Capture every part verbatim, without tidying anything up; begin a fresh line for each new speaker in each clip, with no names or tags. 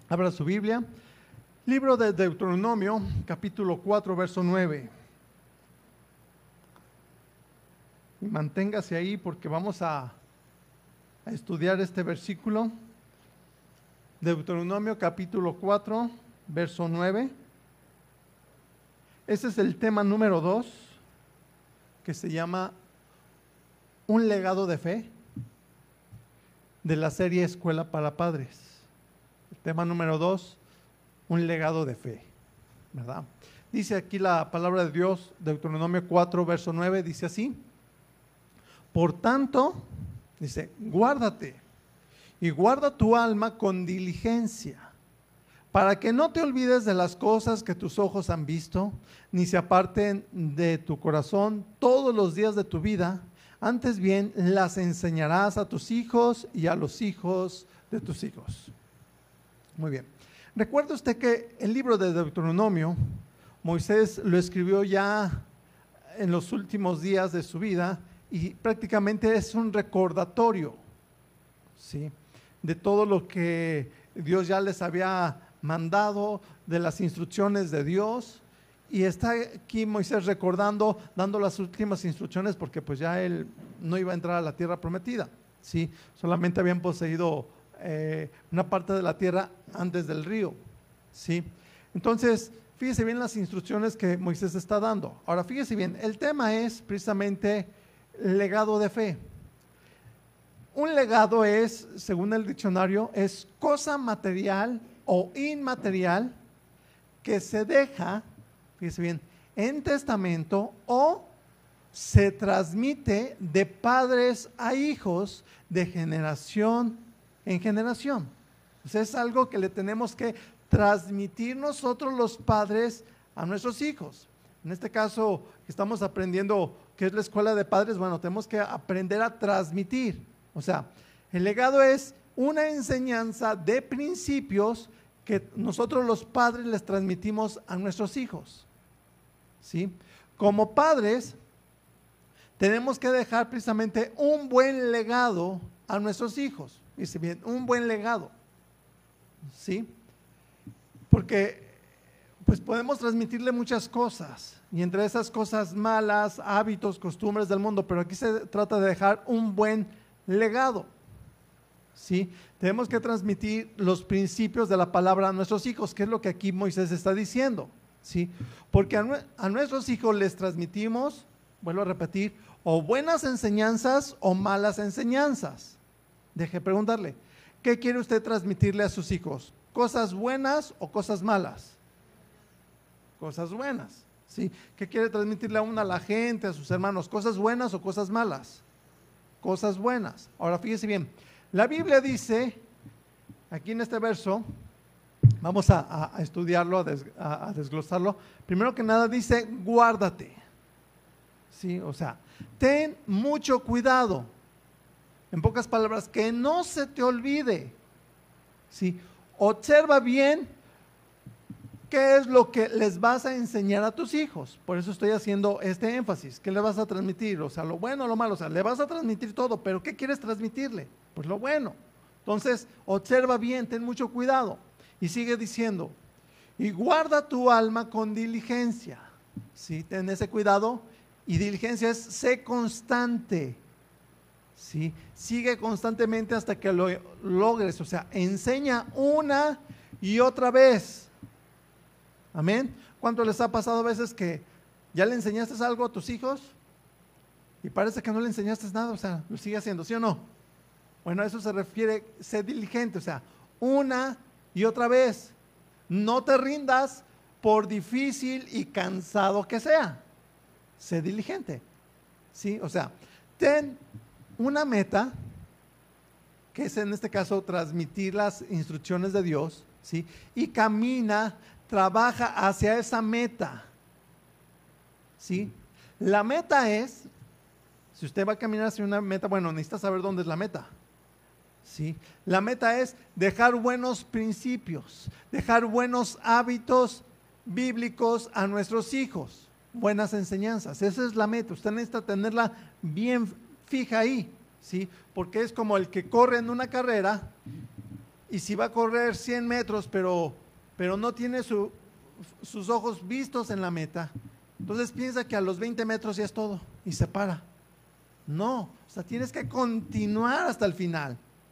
Abra su Biblia. Libro de Deuteronomio, capítulo cuatro, verso nueve. Y manténgase ahí porque vamos a, a estudiar este versículo. Deuteronomio, capítulo cuatro, verso nueve. Ese es el tema número dos, que se llama Un legado de fe, de la serie Escuela para Padres. El tema número dos, un legado de fe, ¿verdad? Dice aquí la palabra de Dios, Deuteronomio cuatro, verso nueve, dice así: por tanto, dice, guárdate y guarda tu alma con diligencia, para que no te olvides de las cosas que tus ojos han visto, ni se aparten de tu corazón todos los días de tu vida. Antes bien, las enseñarás a tus hijos y a los hijos de tus hijos. Muy bien. Recuerda usted que el libro de Deuteronomio, Moisés lo escribió ya en los últimos días de su vida y prácticamente es un recordatorio, ¿sí?, de todo lo que Dios ya les había mandado, de las instrucciones de Dios. Y está aquí Moisés recordando, dando las últimas instrucciones, porque pues ya él no iba a entrar a la tierra prometida, ¿sí? Solamente habían poseído eh, una parte de la tierra antes del río, ¿sí? Entonces, fíjese bien las instrucciones que Moisés está dando. Ahora, fíjese bien, el tema es precisamente legado de fe. Un legado es, según el diccionario, es cosa material o inmaterial que se deja, fíjese bien, en testamento o se transmite de padres a hijos de generación en generación. O sea, es algo que le tenemos que transmitir nosotros los padres a nuestros hijos. En este caso, estamos aprendiendo qué es la escuela de padres. Bueno, tenemos que aprender a transmitir. O sea, el legado es una enseñanza de principios que nosotros los padres les transmitimos a nuestros hijos, ¿sí? Como padres, tenemos que dejar precisamente un buen legado a nuestros hijos. Dice bien, un buen legado, ¿sí? Porque pues podemos transmitirle muchas cosas, y entre esas cosas malas, hábitos, costumbres del mundo, pero aquí se trata de dejar un buen legado, ¿sí? Tenemos que transmitir los principios de la palabra a nuestros hijos, que es lo que aquí Moisés está diciendo, ¿sí? Porque a, a nuestros hijos les transmitimos, vuelvo a repetir, o buenas enseñanzas o malas enseñanzas. Deje preguntarle, ¿qué quiere usted transmitirle a sus hijos? ¿Cosas buenas o cosas malas? Cosas buenas, ¿sí? ¿Qué quiere transmitirle aún a la gente, a sus hermanos? ¿Cosas buenas o cosas malas? Cosas buenas. Ahora fíjese bien, la Biblia dice, aquí en este verso, vamos a, a estudiarlo, a, des, a, a desglosarlo. Primero que nada dice, guárdate, ¿sí? O sea, ten mucho cuidado. En pocas palabras, que no se te olvide, ¿sí? Observa bien qué es lo que les vas a enseñar a tus hijos. Por eso estoy haciendo este énfasis. ¿Qué le vas a transmitir? O sea, lo bueno o lo malo. O sea, le vas a transmitir todo, pero ¿qué quieres transmitirle? Pues lo bueno. Entonces, observa bien, ten mucho cuidado. Y sigue diciendo, y guarda tu alma con diligencia, ¿sí? Ten ese cuidado. Y diligencia es, sé constante, ¿sí? Sigue constantemente hasta que lo logres. O sea, enseña una y otra vez. Amén. ¿Cuánto les ha pasado a veces que ya le enseñaste algo a tus hijos y parece que no le enseñaste nada? O sea, lo sigue haciendo, ¿sí o no? Bueno, a eso se refiere, sé diligente, o sea, una y otra vez. No te rindas por difícil y cansado que sea. Sé diligente, ¿sí? O sea, ten una meta, que es en este caso transmitir las instrucciones de Dios, ¿sí? Y camina, trabaja hacia esa meta, ¿sí? La meta es, si usted va a caminar hacia una meta, bueno, necesita saber dónde es la meta, ¿sí? La meta es dejar buenos principios, dejar buenos hábitos bíblicos a nuestros hijos, buenas enseñanzas. Esa es la meta. Usted necesita tenerla bien fija ahí, ¿sí? Porque es como el que corre en una carrera y si va a correr cien metros, pero, pero no tiene su, sus ojos vistos en la meta, entonces piensa que a los veinte metros ya es todo y se para. No, o sea, tienes que continuar hasta el final.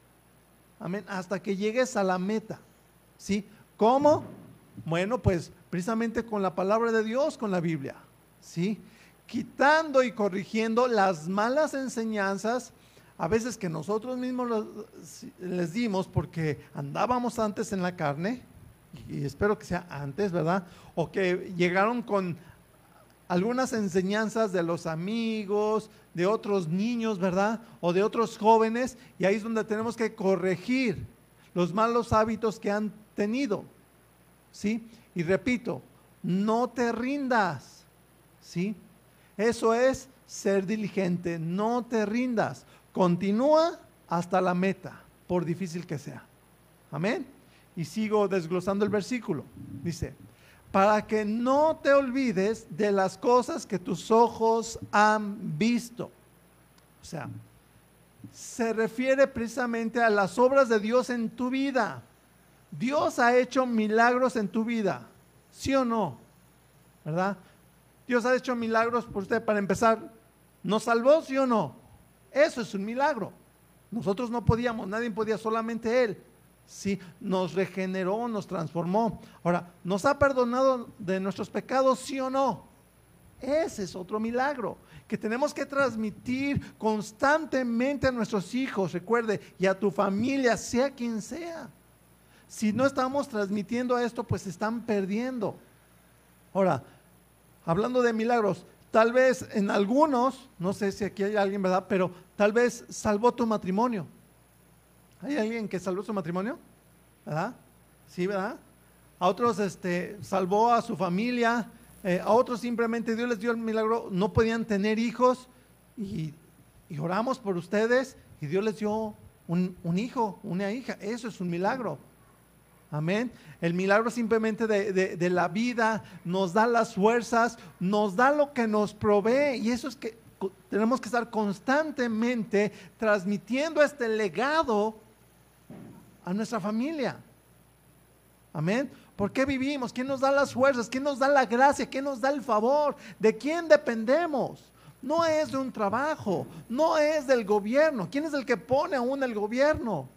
Amén, hasta que llegues a la meta. ¿Sí? ¿Cómo? Bueno, pues precisamente con la palabra de Dios, con la Biblia. ¿Sí? Quitando y corrigiendo las malas enseñanzas, a veces que nosotros mismos los, les dimos porque andábamos antes en la carne, y espero que sea antes, ¿verdad? O que llegaron con algunas enseñanzas de los amigos, de otros niños, ¿verdad? O de otros jóvenes, y ahí es donde tenemos que corregir los malos hábitos que han tenido, ¿sí? Y repito, no te rindas, ¿sí? Eso es ser diligente, no te rindas, continúa hasta la meta, por difícil que sea. Amén. Y sigo desglosando el versículo, dice: para que no te olvides de las cosas que tus ojos han visto. O sea, se refiere precisamente a las obras de Dios en tu vida. Dios ha hecho milagros en tu vida, ¿sí o no? ¿Verdad? Dios ha hecho milagros por usted. Para empezar, ¿nos salvó, sí o no? Eso es un milagro. Nosotros no podíamos, nadie podía, solamente Él. Sí, nos regeneró, nos transformó. Ahora, ¿nos ha perdonado de nuestros pecados, sí o no? Ese es otro milagro que tenemos que transmitir constantemente a nuestros hijos, recuerde, y a tu familia, sea quien sea. Si no estamos transmitiendo esto, pues se están perdiendo. Ahora, hablando de milagros, tal vez en algunos, no sé si aquí hay alguien, ¿verdad? Pero tal vez salvó tu matrimonio. ¿Hay alguien que salvó su matrimonio? ¿Verdad? Sí, ¿verdad? A otros este, salvó a su familia, eh, a otros simplemente Dios les dio el milagro, no podían tener hijos y, y oramos por ustedes y Dios les dio un, un hijo, una hija. Eso es un milagro. Amén. El milagro simplemente de, de, de la vida nos da las fuerzas, nos da lo que nos provee, y eso es que tenemos que estar constantemente transmitiendo este legado a nuestra familia. Amén. ¿Por qué vivimos? ¿Quién nos da las fuerzas? ¿Quién nos da la gracia? ¿Quién nos da el favor? ¿De quién dependemos? No es de un trabajo, no es del gobierno. ¿Quién es el que pone aún el gobierno?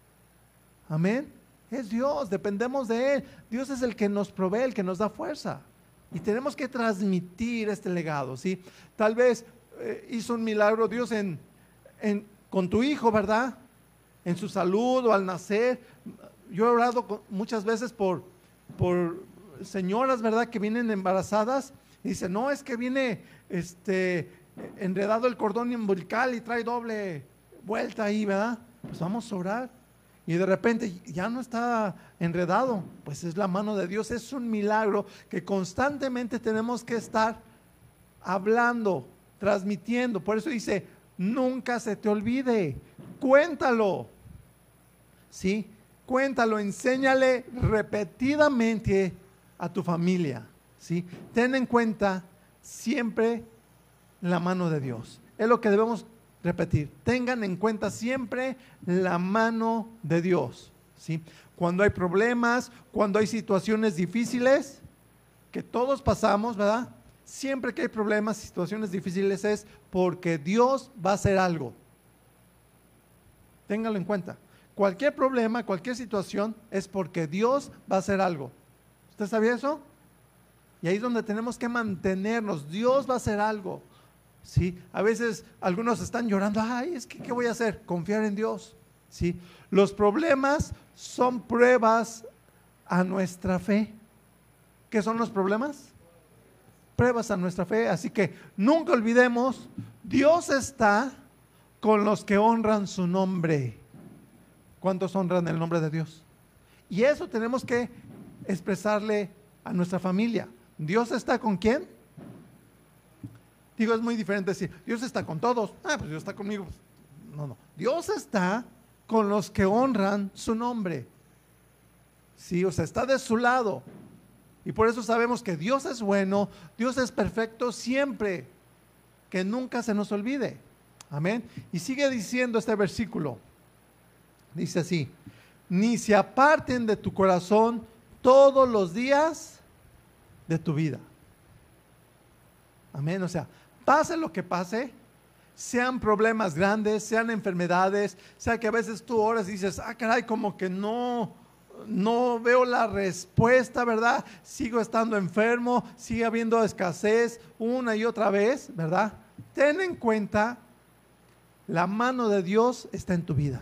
Amén. Es Dios, dependemos de Él. Dios es el que nos provee, el que nos da fuerza. Y tenemos que transmitir este legado, ¿sí? Tal vez eh, hizo un milagro Dios en, en, con tu hijo, ¿verdad? En su salud o al nacer. Yo he orado muchas veces por, por señoras, ¿verdad? Que vienen embarazadas y dicen, no, es que viene este, enredado el cordón umbilical y trae doble vuelta ahí, ¿verdad? Pues vamos a orar. Y de repente ya no está enredado, pues es la mano de Dios. Es un milagro que constantemente tenemos que estar hablando, transmitiendo. Por eso dice, nunca se te olvide, cuéntalo, ¿sí? Cuéntalo, enséñale repetidamente a tu familia, ¿sí? Ten en cuenta siempre la mano de Dios. Es lo que debemos repetir. Tengan en cuenta siempre la mano de Dios, ¿sí? Cuando hay problemas, cuando hay situaciones difíciles, que todos pasamos, ¿verdad? Siempre que hay problemas, situaciones difíciles, es porque Dios va a hacer algo. Ténganlo en cuenta. Cualquier problema, cualquier situación, es porque Dios va a hacer algo. ¿Usted sabía eso? Y ahí es donde tenemos que mantenernos. Dios va a hacer algo. ¿Sí? A veces algunos están llorando, ay, es que ¿qué voy a hacer? Confiar en Dios, ¿sí? Los problemas son pruebas a nuestra fe. ¿Qué son los problemas? Pruebas a nuestra fe, así que nunca olvidemos, Dios está con los que honran su nombre. ¿Cuántos honran el nombre de Dios? Y eso tenemos que expresarle a nuestra familia. ¿Dios está con quién? Digo, es muy diferente decir, Dios está con todos. Ah, pues Dios está conmigo. No, no. Dios está con los que honran su nombre. Sí, o sea, está de su lado. Y por eso sabemos que Dios es bueno, Dios es perfecto siempre. Que nunca se nos olvide. Amén. Y sigue diciendo este versículo. Dice así, ni se aparten de tu corazón todos los días de tu vida. Amén. O sea, pase lo que pase, sean problemas grandes, sean enfermedades, sea que a veces tú oras y dices, ah, caray, como que no, no veo la respuesta, ¿verdad? Sigo estando enfermo, sigue habiendo escasez una y otra vez, ¿verdad? Ten en cuenta, la mano de Dios está en tu vida.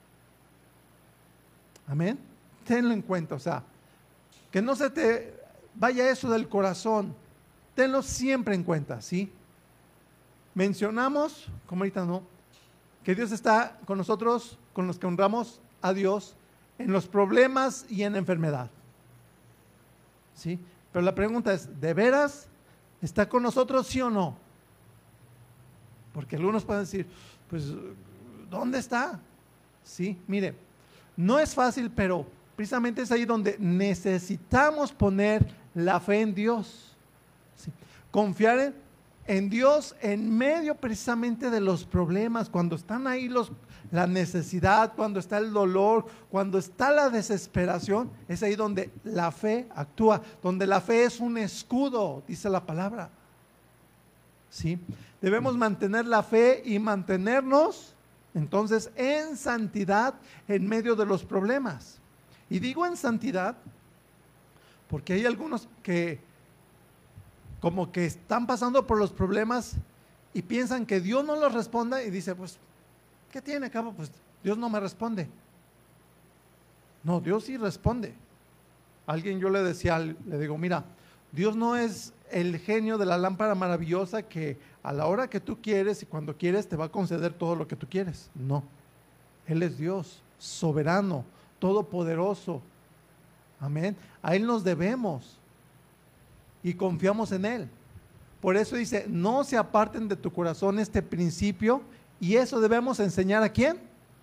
Amén. Tenlo en cuenta, o sea, que no se te vaya eso del corazón. Tenlo siempre en cuenta, ¿sí? Mencionamos, como ahorita no, que Dios está con nosotros, con los que honramos a Dios, en los problemas y en la enfermedad. ¿Sí? Pero la pregunta es, ¿de veras está con nosotros, sí o no? Porque algunos pueden decir, pues, ¿dónde está? Sí, mire, no es fácil, pero precisamente es ahí donde necesitamos poner la fe en Dios. ¿Sí? Confiar en, en Dios en medio precisamente de los problemas, cuando están ahí los, la necesidad, cuando está el dolor, cuando está la desesperación, es ahí donde la fe actúa, donde la fe es un escudo, dice la palabra. ¿Sí? Debemos mantener la fe y mantenernos entonces en santidad en medio de los problemas. Y digo en santidad porque hay algunos que como que están pasando por los problemas y piensan que Dios no los responda y dice, pues, ¿qué tiene, cabo? Pues Dios no me responde. No, Dios sí responde. A alguien yo le decía, le digo, mira, Dios no es el genio de la lámpara maravillosa que a la hora que tú quieres y cuando quieres te va a conceder todo lo que tú quieres. No, Él es Dios, soberano, todopoderoso. Amén. A Él nos debemos y confiamos en Él. Por eso dice, no se aparten de tu corazón este principio, y eso debemos enseñar ¿a quién?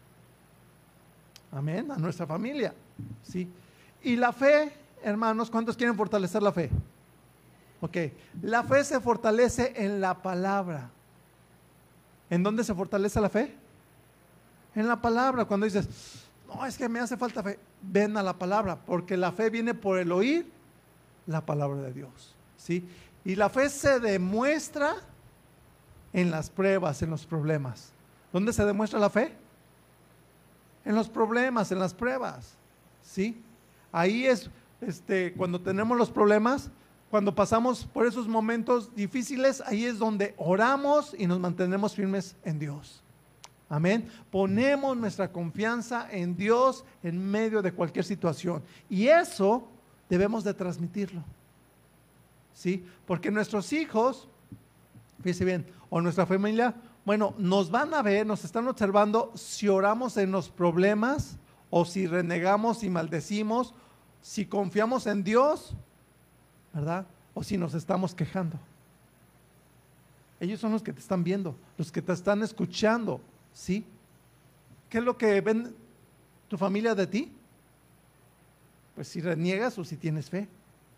Amén, a nuestra familia. ¿Sí? Y la fe, hermanos, ¿cuántos quieren fortalecer la fe? Ok, la fe se fortalece en la palabra. ¿En dónde se fortalece la fe? En la palabra. Cuando dices, no, es que me hace falta fe, ven a la palabra, porque la fe viene por el oír la palabra de Dios. ¿Sí? Y la fe se demuestra en las pruebas, en los problemas. ¿Dónde se demuestra la fe? En los problemas, en las pruebas. ¿Sí? Ahí es este, cuando tenemos los problemas, cuando pasamos por esos momentos difíciles, ahí es donde oramos y nos mantenemos firmes en Dios. Amén. Ponemos nuestra confianza en Dios en medio de cualquier situación. Y eso debemos de transmitirlo. ¿Sí? Porque nuestros hijos, fíjense bien, o nuestra familia, bueno, nos van a ver, nos están observando si oramos en los problemas o si renegamos y maldecimos, si confiamos en Dios, ¿verdad? O si nos estamos quejando. Ellos son los que te están viendo, los que te están escuchando, ¿sí? ¿Qué es lo que ven tu familia de ti? Pues si reniegas o si tienes fe.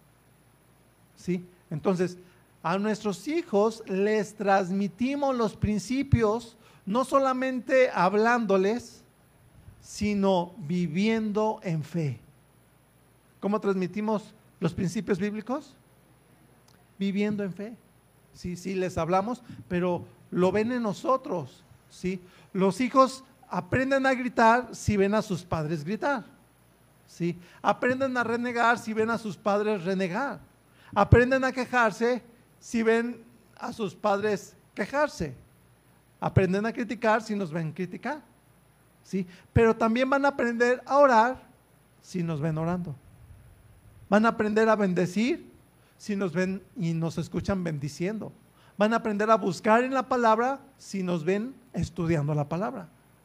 ¿Sí? Entonces, a nuestros hijos les transmitimos los principios, no solamente hablándoles, sino viviendo en fe. ¿Cómo transmitimos los principios bíblicos? Viviendo en fe. Sí, sí, les hablamos, pero lo ven en nosotros. ¿Sí? Los hijos aprenden a gritar si ven a sus padres gritar. ¿Sí? Aprenden a renegar si ven a sus padres renegar. Aprenden a quejarse si ven a sus padres quejarse. Aprenden a criticar si nos ven criticar. ¿Sí? Pero también van a aprender a orar si nos ven orando. Van a aprender a bendecir si nos ven y nos escuchan bendiciendo. Van a aprender a buscar en la palabra si nos ven estudiando la palabra.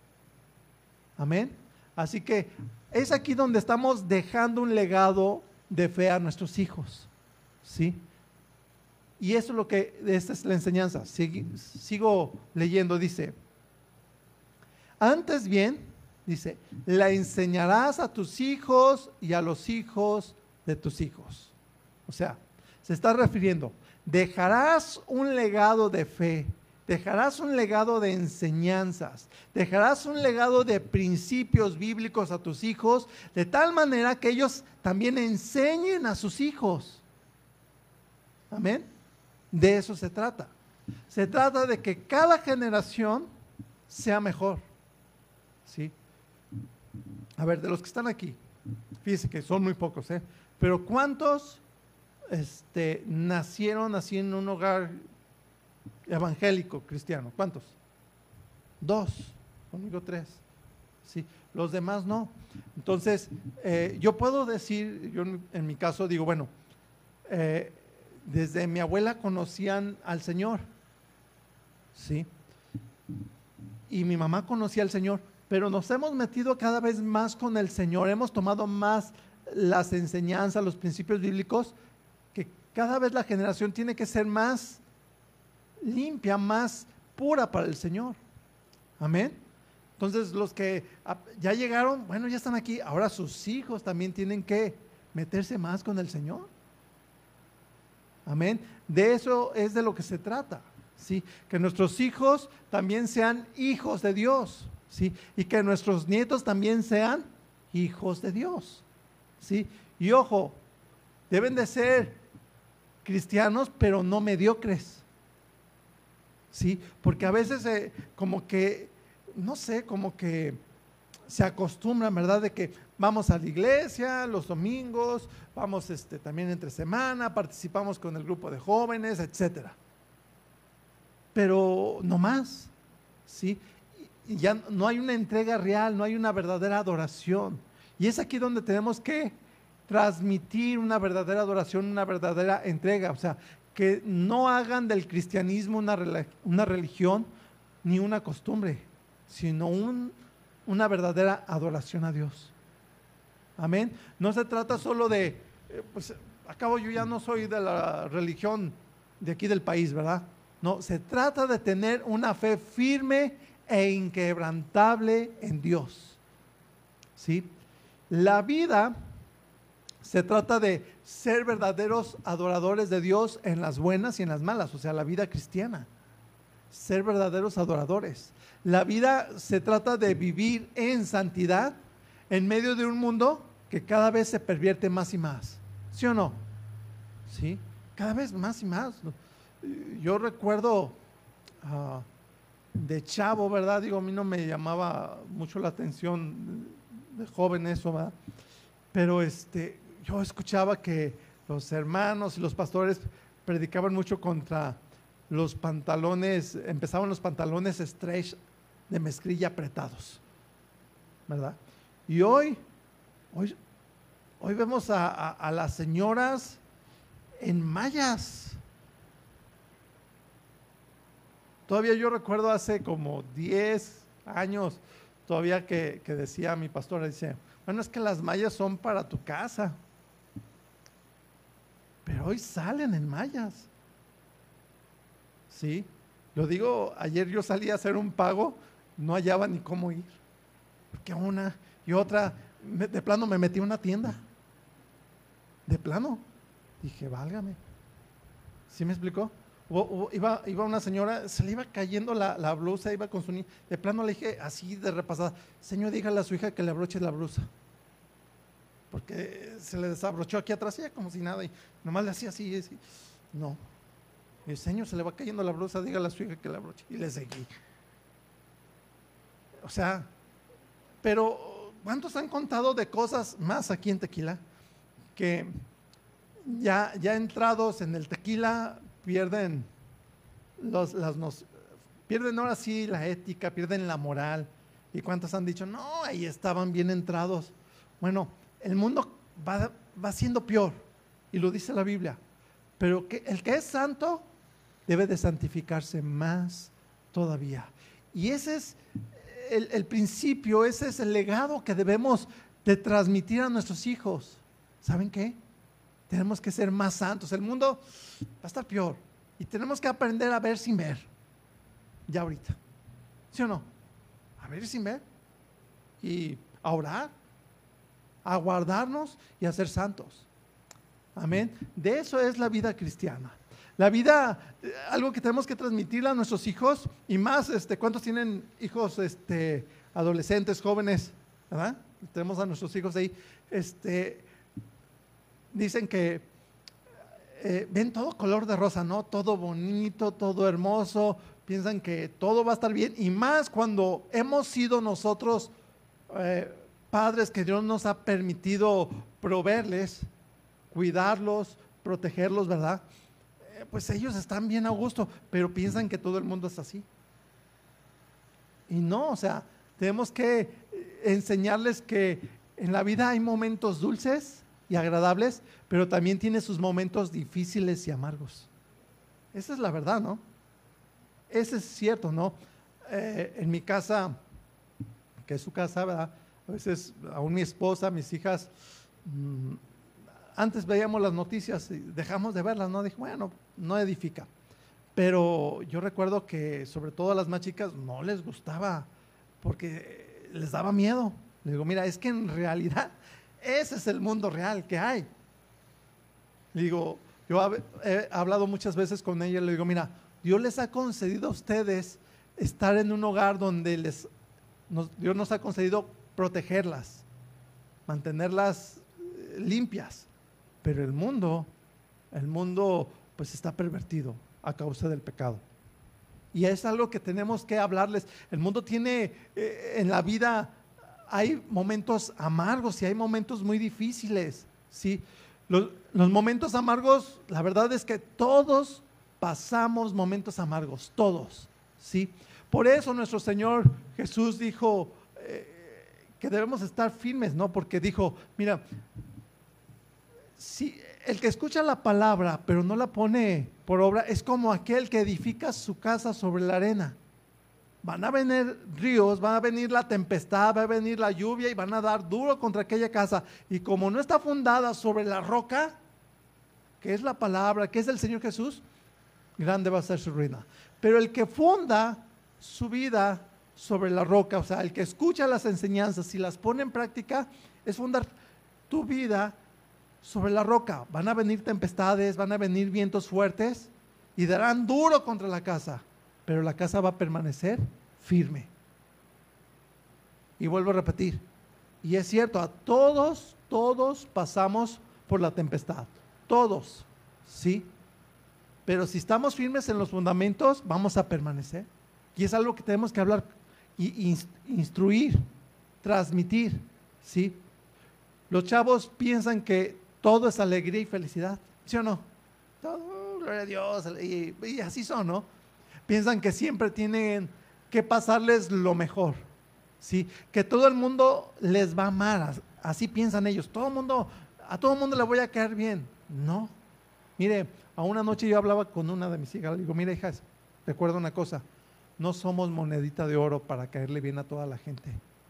Amén. Así que es aquí donde estamos dejando un legado de fe a nuestros hijos. ¿Sí? Y eso es lo que, esta es la enseñanza. Sigo, sigo leyendo, dice, antes bien, dice, la enseñarás a tus hijos y a los hijos de tus hijos. O sea, se está refiriendo, dejarás un legado de fe dejarás un legado de enseñanzas, dejarás un legado de principios bíblicos a tus hijos, de tal manera que ellos también enseñen a sus hijos. Amén. De eso se trata. Se trata de que cada generación sea mejor. ¿Sí? A ver, de los que están aquí, fíjense que son muy pocos, ¿eh? Pero ¿cuántos este, nacieron así en un hogar evangélico cristiano? ¿Cuántos? Dos, conmigo tres. ¿Sí? Los demás no. Entonces, eh, yo puedo decir, yo en, en mi caso digo, bueno, eh, desde mi abuela conocían al Señor, ¿sí? Y mi mamá conocía al Señor, pero nos hemos metido cada vez más con el Señor, hemos tomado más las enseñanzas, los principios bíblicos, que cada vez la generación tiene que ser más limpia, más pura para el Señor. Amén. Entonces los que ya llegaron, bueno, ya están aquí, ahora sus hijos también tienen que meterse más con el Señor. Amén. De eso es de lo que se trata, ¿sí? Que nuestros hijos también sean hijos de Dios, ¿sí? Y que nuestros nietos también sean hijos de Dios, ¿sí? Y ojo, deben de ser cristianos, pero no mediocres, ¿sí? Porque a veces eh, como que, no sé, como que se acostumbran, ¿verdad? De que vamos a la iglesia los domingos, vamos este, también entre semana, participamos con el grupo de jóvenes, etcétera. Pero no más, ¿sí? Y ya no hay una entrega real, no hay una verdadera adoración. Y es aquí donde tenemos que transmitir una verdadera adoración, una verdadera entrega. O sea, que no hagan del cristianismo una, una religión ni una costumbre, sino un, una verdadera adoración a Dios. Amén. No se trata solo de, eh, pues, acabo yo ya no soy de la religión de aquí del país, ¿verdad? No, se trata de tener una fe firme e inquebrantable en Dios. ¿Sí? La vida se trata de ser verdaderos adoradores de Dios en las buenas y en las malas, o sea, la vida cristiana. Ser verdaderos adoradores. La vida se trata de vivir en santidad en medio de un mundo que cada vez se pervierte más y más. ¿Sí o no? Sí, cada vez más y más. Yo recuerdo uh, de chavo, ¿verdad? Digo, a mí no me llamaba mucho la atención de joven eso, ¿verdad? Pero este, yo escuchaba que los hermanos y los pastores predicaban mucho contra los pantalones, empezaban los pantalones stretch de mezclilla apretados, ¿verdad? Y hoy, hoy, hoy vemos a, a, a las señoras en mallas. Todavía yo recuerdo hace como diez años, todavía que, que decía mi pastora, dice, bueno, es que las mallas son para tu casa. Pero hoy salen en mallas. Sí, lo digo, ayer yo salí a hacer un pago, no hallaba ni cómo ir. Porque una y otra, de plano me metí a una tienda. De plano. Dije, válgame. ¿Sí me explicó? O, o, iba, iba una señora, se le iba cayendo la, la blusa, iba con su niña. De plano le dije así de repasada, señor, dígale a su hija que le abroche la blusa. Porque se le desabrochó aquí atrás, ya como si nada, y nomás le hacía así, así. No. Y el señor, se le va cayendo la blusa, dígale a su hija que la abroche. Y le seguí. O sea, pero ¿cuántos han contado de cosas más aquí en Tequila? Que ya, ya entrados en el tequila pierden los, las nos, pierden ahora sí la ética, pierden la moral. ¿Y cuántos han dicho, no, ahí estaban bien entrados? Bueno, el mundo va, va siendo peor, y lo dice la Biblia. Pero que, el que es santo debe de santificarse más todavía. Y ese es el, el principio, ese es el legado que debemos de transmitir a nuestros hijos. ¿Saben qué? Tenemos que ser más santos. El mundo va a estar peor y tenemos que aprender a ver sin ver. Ya ahorita. ¿Sí o no? A ver sin ver. Y a orar, a guardarnos y a ser santos. Amén. De eso es la vida cristiana. La vida, eh, algo que tenemos que transmitirle a nuestros hijos, y más, este, ¿cuántos tienen hijos este, adolescentes, jóvenes? ¿Verdad? Tenemos a nuestros hijos ahí. Este, dicen que eh, ven todo color de rosa, ¿no? Todo bonito, todo hermoso, piensan que todo va a estar bien, y más cuando hemos sido nosotros eh, padres que Dios nos ha permitido proveerles, cuidarlos, protegerlos, ¿verdad? Eh, pues ellos están bien a gusto, pero piensan que todo el mundo es así. Y no, o sea, tenemos que enseñarles que en la vida hay momentos dulces y agradables, pero también tiene sus momentos difíciles y amargos. Esa es la verdad, ¿no? Ese es cierto, ¿no? Eh, en mi casa, que es su casa, ¿verdad? A veces, aún mi esposa, mis hijas, mmm, antes veíamos las noticias y dejamos de verlas, ¿no? Dije, bueno, no edifica. Pero yo recuerdo que sobre todo a las más chicas no les gustaba porque les daba miedo. Le digo, mira, es que en realidad ese es el mundo real que hay. Le digo, yo he hablado muchas veces con ella, le digo, mira, Dios les ha concedido a ustedes estar en un hogar donde les, nos, Dios nos ha concedido protegerlas, mantenerlas limpias, pero el mundo, el mundo pues está pervertido a causa del pecado. Y es algo que tenemos que hablarles. El mundo tiene, eh, en la vida hay momentos amargos y hay momentos muy difíciles, ¿sí? Los, los momentos amargos, la verdad es que todos pasamos momentos amargos, todos, ¿sí? Por eso nuestro Señor Jesús dijo eh, que debemos estar firmes, ¿no? Porque dijo, mira, si el que escucha la palabra pero no la pone por obra es como aquel que edifica su casa sobre la arena. Van a venir ríos, va a venir la tempestad, va a venir la lluvia y van a dar duro contra aquella casa. Y como no está fundada sobre la roca, que es la palabra, que es el Señor Jesús, grande va a ser su ruina. Pero el que funda su vida sobre la roca, o sea, el que escucha las enseñanzas y las pone en práctica, es fundar tu vida sobre la roca. Van a venir tempestades, van a venir vientos fuertes y darán duro contra la casa, pero la casa va a permanecer firme. Y vuelvo a repetir, y es cierto, a todos, todos pasamos por la tempestad, todos, ¿sí? Pero si estamos firmes en los fundamentos, vamos a permanecer. Y es algo que tenemos que hablar y instruir, transmitir, ¿sí? Los chavos piensan que todo es alegría y felicidad, ¿sí o no? Todo, gloria a Dios, y, y así son, ¿no? Piensan que siempre tienen que pasarles lo mejor, ¿sí? Que todo el mundo les va a amar, así piensan ellos, todo el mundo, a todo el mundo le voy a caer bien. No, mire, a una noche yo hablaba con una de mis hijas, le digo, mira hija, recuerda una cosa, no somos monedita de oro para caerle bien a toda la gente,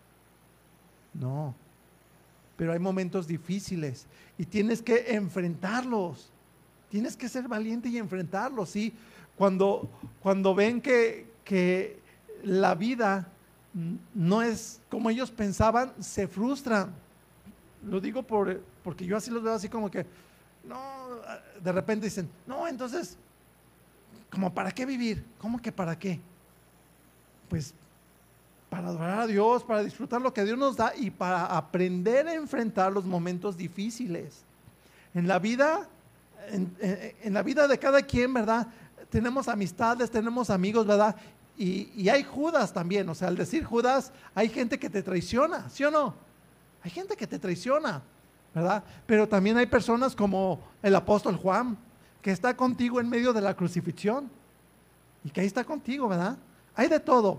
no, pero hay momentos difíciles y tienes que enfrentarlos, tienes que ser valiente y enfrentarlos, ¿sí? Cuando, cuando ven que, que la vida no es como ellos pensaban, se frustran. Lo digo por, porque yo así los veo así como que, no, de repente dicen, no, entonces, ¿como para qué vivir? ¿Cómo que para qué? Pues para adorar a Dios, para disfrutar lo que Dios nos da y para aprender a enfrentar los momentos difíciles. En la vida, en, en, en la vida de cada quien, ¿verdad? Tenemos amistades, tenemos amigos, ¿verdad? Y, y hay Judas también, o sea, al decir Judas, hay gente que te traiciona, ¿sí o no? Hay gente que te traiciona, ¿verdad? Pero también hay personas como el apóstol Juan, que está contigo en medio de la crucifixión y que ahí está contigo, ¿verdad? Hay de todo.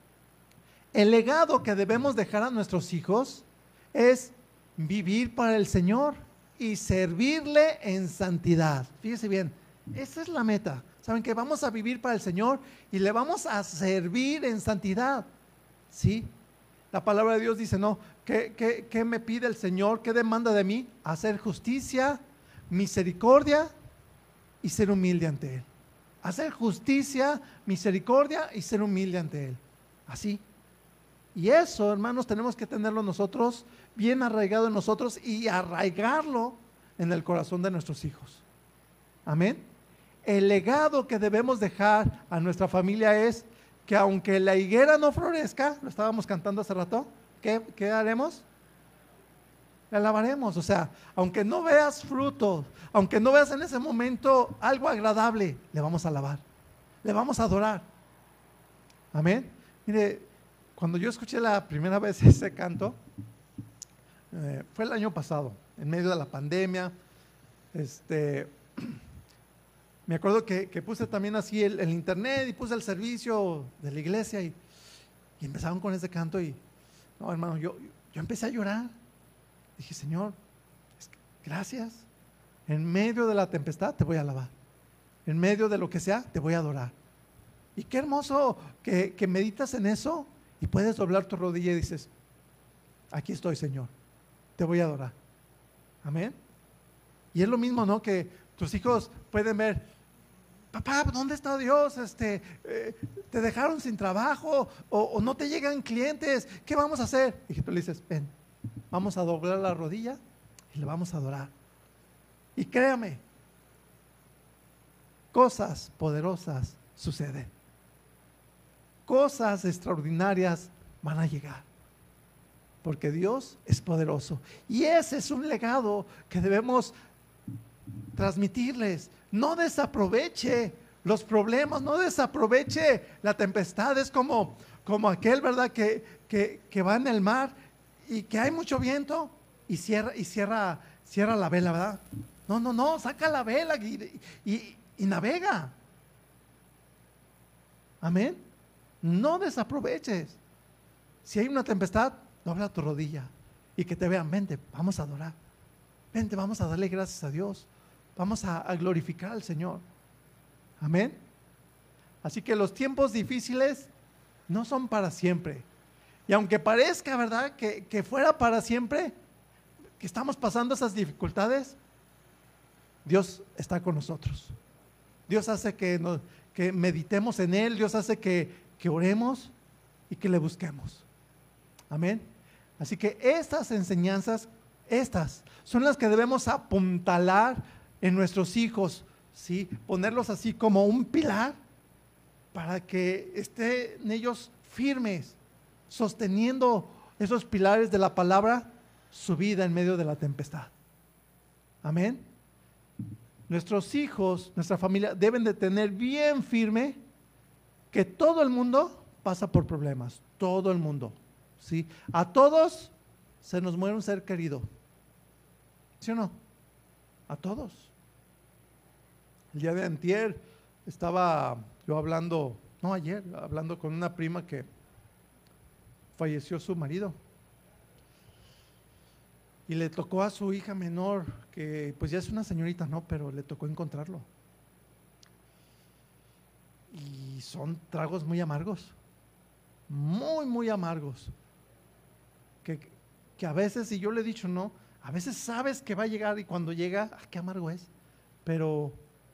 El legado que debemos dejar a nuestros hijos es vivir para el Señor y servirle en santidad. Fíjese bien, esa es la meta. ¿Saben qué? Vamos a vivir para el Señor y le vamos a servir en santidad, ¿sí? La palabra de Dios dice, no, ¿qué, qué, qué me pide el Señor? ¿Qué demanda de mí? Hacer justicia, misericordia y ser humilde ante Él. Hacer justicia, misericordia y ser humilde ante Él. Así. Y eso, hermanos, tenemos que tenerlo nosotros bien arraigado en nosotros y arraigarlo en el corazón de nuestros hijos. Amén. el legado que debemos dejar a nuestra familia es que aunque la higuera no florezca, lo estábamos cantando hace rato, ¿qué, qué haremos? La alabaremos. O sea, aunque no veas fruto, aunque no veas en ese momento algo agradable, le vamos a alabar, le vamos a adorar. Amén. Mire, cuando yo escuché la primera vez ese canto, eh, fue el año pasado, en medio de la pandemia. Este, me acuerdo que, que puse también así el, el internet y puse el servicio de la iglesia y, y empezaron con ese canto y, no, hermano, yo, yo empecé a llorar. Dije, Señor, gracias. En medio de la tempestad te voy a alabar. En medio de lo que sea, te voy a adorar. Y qué hermoso que, que meditas en eso y puedes doblar tu rodilla y dices, aquí estoy, Señor, te voy a adorar. Amén. Y es lo mismo, ¿no? Que tus hijos pueden ver, papá, ¿dónde está Dios? Este, eh, te dejaron sin trabajo o, o no te llegan clientes, ¿qué vamos a hacer? Y tú le dices, ven, vamos a doblar la rodilla y le vamos a adorar. Y créame, cosas poderosas suceden. Cosas extraordinarias van a llegar. Porque Dios es poderoso. Y ese es un legado que debemos transmitirles. No desaproveche los problemas, no desaproveche la tempestad. Es como, como aquel, ¿verdad? Que, que, que va en el mar y que hay mucho viento y cierra, y cierra, cierra la vela, ¿verdad? No, no, no, saca la vela y, y, y navega. Amén. No desaproveches. Si hay una tempestad, dobla tu rodilla y que te vean, vente, vamos a adorar. Vente, vamos a darle gracias a Dios. Vamos a, a glorificar al Señor. Amén. Así que los tiempos difíciles no son para siempre. Y aunque parezca, ¿verdad?, que, que fuera para siempre, que estamos pasando esas dificultades, Dios está con nosotros. Dios hace que, nos, que meditemos en Él, Dios hace que, que oremos y que le busquemos. Amén. Así que estas enseñanzas, estas son las que debemos apuntalar en nuestros hijos, ¿sí? Ponerlos así como un pilar para que estén ellos firmes, sosteniendo esos pilares de la palabra, su vida en medio de la tempestad. Amén. Nuestros hijos, nuestra familia deben de tener bien firme que todo el mundo pasa por problemas, todo el mundo, ¿sí? A todos se nos muere un ser querido, ¿sí o no? A todos. El día de antier estaba yo hablando, no ayer, hablando con una prima que falleció su marido y le tocó a su hija menor, que pues ya es una señorita, no, pero le tocó encontrarlo. Y son tragos muy amargos, muy, muy amargos, que, que a veces, y yo le he dicho, no, a veces sabes que va a llegar y cuando llega, ah, qué amargo es, pero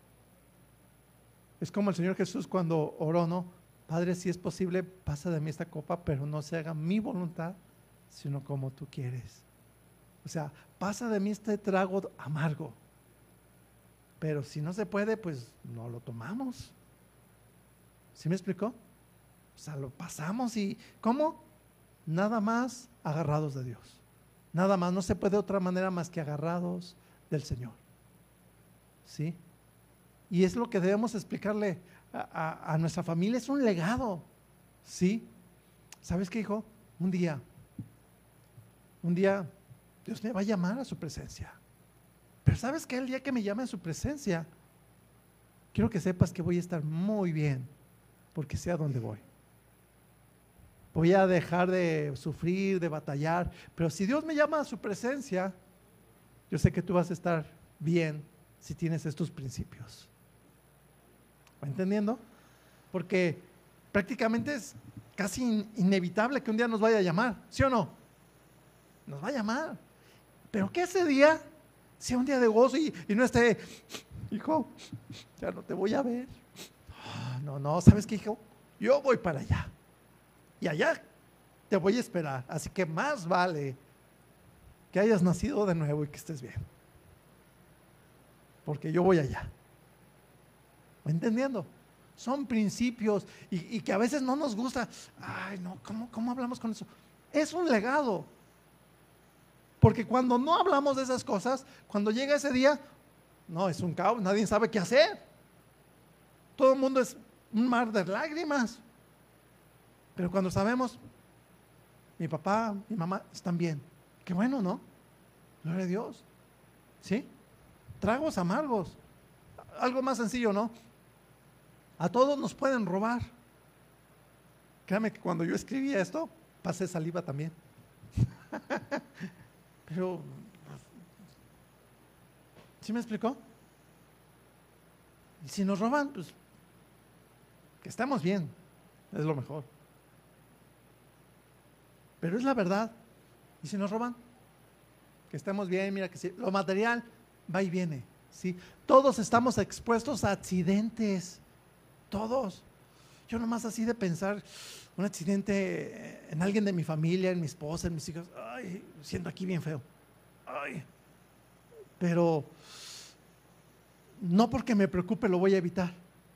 es como el Señor Jesús cuando oró, ¿no? Padre, si es posible, pasa de mí esta copa, pero no se haga mi voluntad, sino como tú quieres. O sea, pasa de mí este trago amargo, pero si no se puede, pues no lo tomamos. ¿Sí me explicó? O sea, lo pasamos y ¿cómo? Nada más agarrados de Dios. Nada más, no se puede de otra manera más que agarrados del Señor. ¿Sí? Y es lo que debemos explicarle a, a, a nuestra familia, es un legado. ¿Sí? ¿Sabes qué, hijo? Un día, un día Dios me va a llamar a su presencia. Pero ¿sabes qué? El día que me llame a su presencia, quiero que sepas que voy a estar muy bien, porque sé a dónde voy. Voy a dejar de sufrir, de batallar, pero si Dios me llama a su presencia, yo sé que tú vas a estar bien si tienes estos principios. ¿Va entendiendo? Porque prácticamente es casi inevitable que un día nos vaya a llamar, ¿sí o no? Nos va a llamar, pero que ese día sea un día de gozo y, y no esté, hijo, ya no te voy a ver. No, no, ¿sabes qué, hijo? Yo voy para allá y allá te voy a esperar, así que más vale que hayas nacido de nuevo y que estés bien, porque yo voy allá. ¿Entendiendo? Son principios y, y que a veces no nos gusta. Ay, no, ¿cómo, ¿cómo hablamos con eso? Es un legado. Porque cuando no hablamos de esas cosas, cuando llega ese día, no, es un caos, nadie sabe qué hacer. Todo el mundo es un mar de lágrimas. Pero cuando sabemos, mi papá, mi mamá están bien. Qué bueno, ¿no? Gloria a Dios. ¿Sí? Tragos amargos. Algo más sencillo, ¿no? A todos nos pueden robar. Créame que cuando yo escribía esto, pasé saliva también. Pero, ¿sí me explicó? Y si nos roban, pues, que estamos bien, es lo mejor. Pero es la verdad. ¿Y si nos roban? Que estemos bien, mira que si, lo material va y viene, ¿sí? Todos estamos expuestos a accidentes, todos. Yo nomás así de pensar, un accidente en alguien de mi familia, en mi esposa, en mis hijos, ay, siento aquí bien feo. Ay, pero no porque me preocupe lo voy a evitar,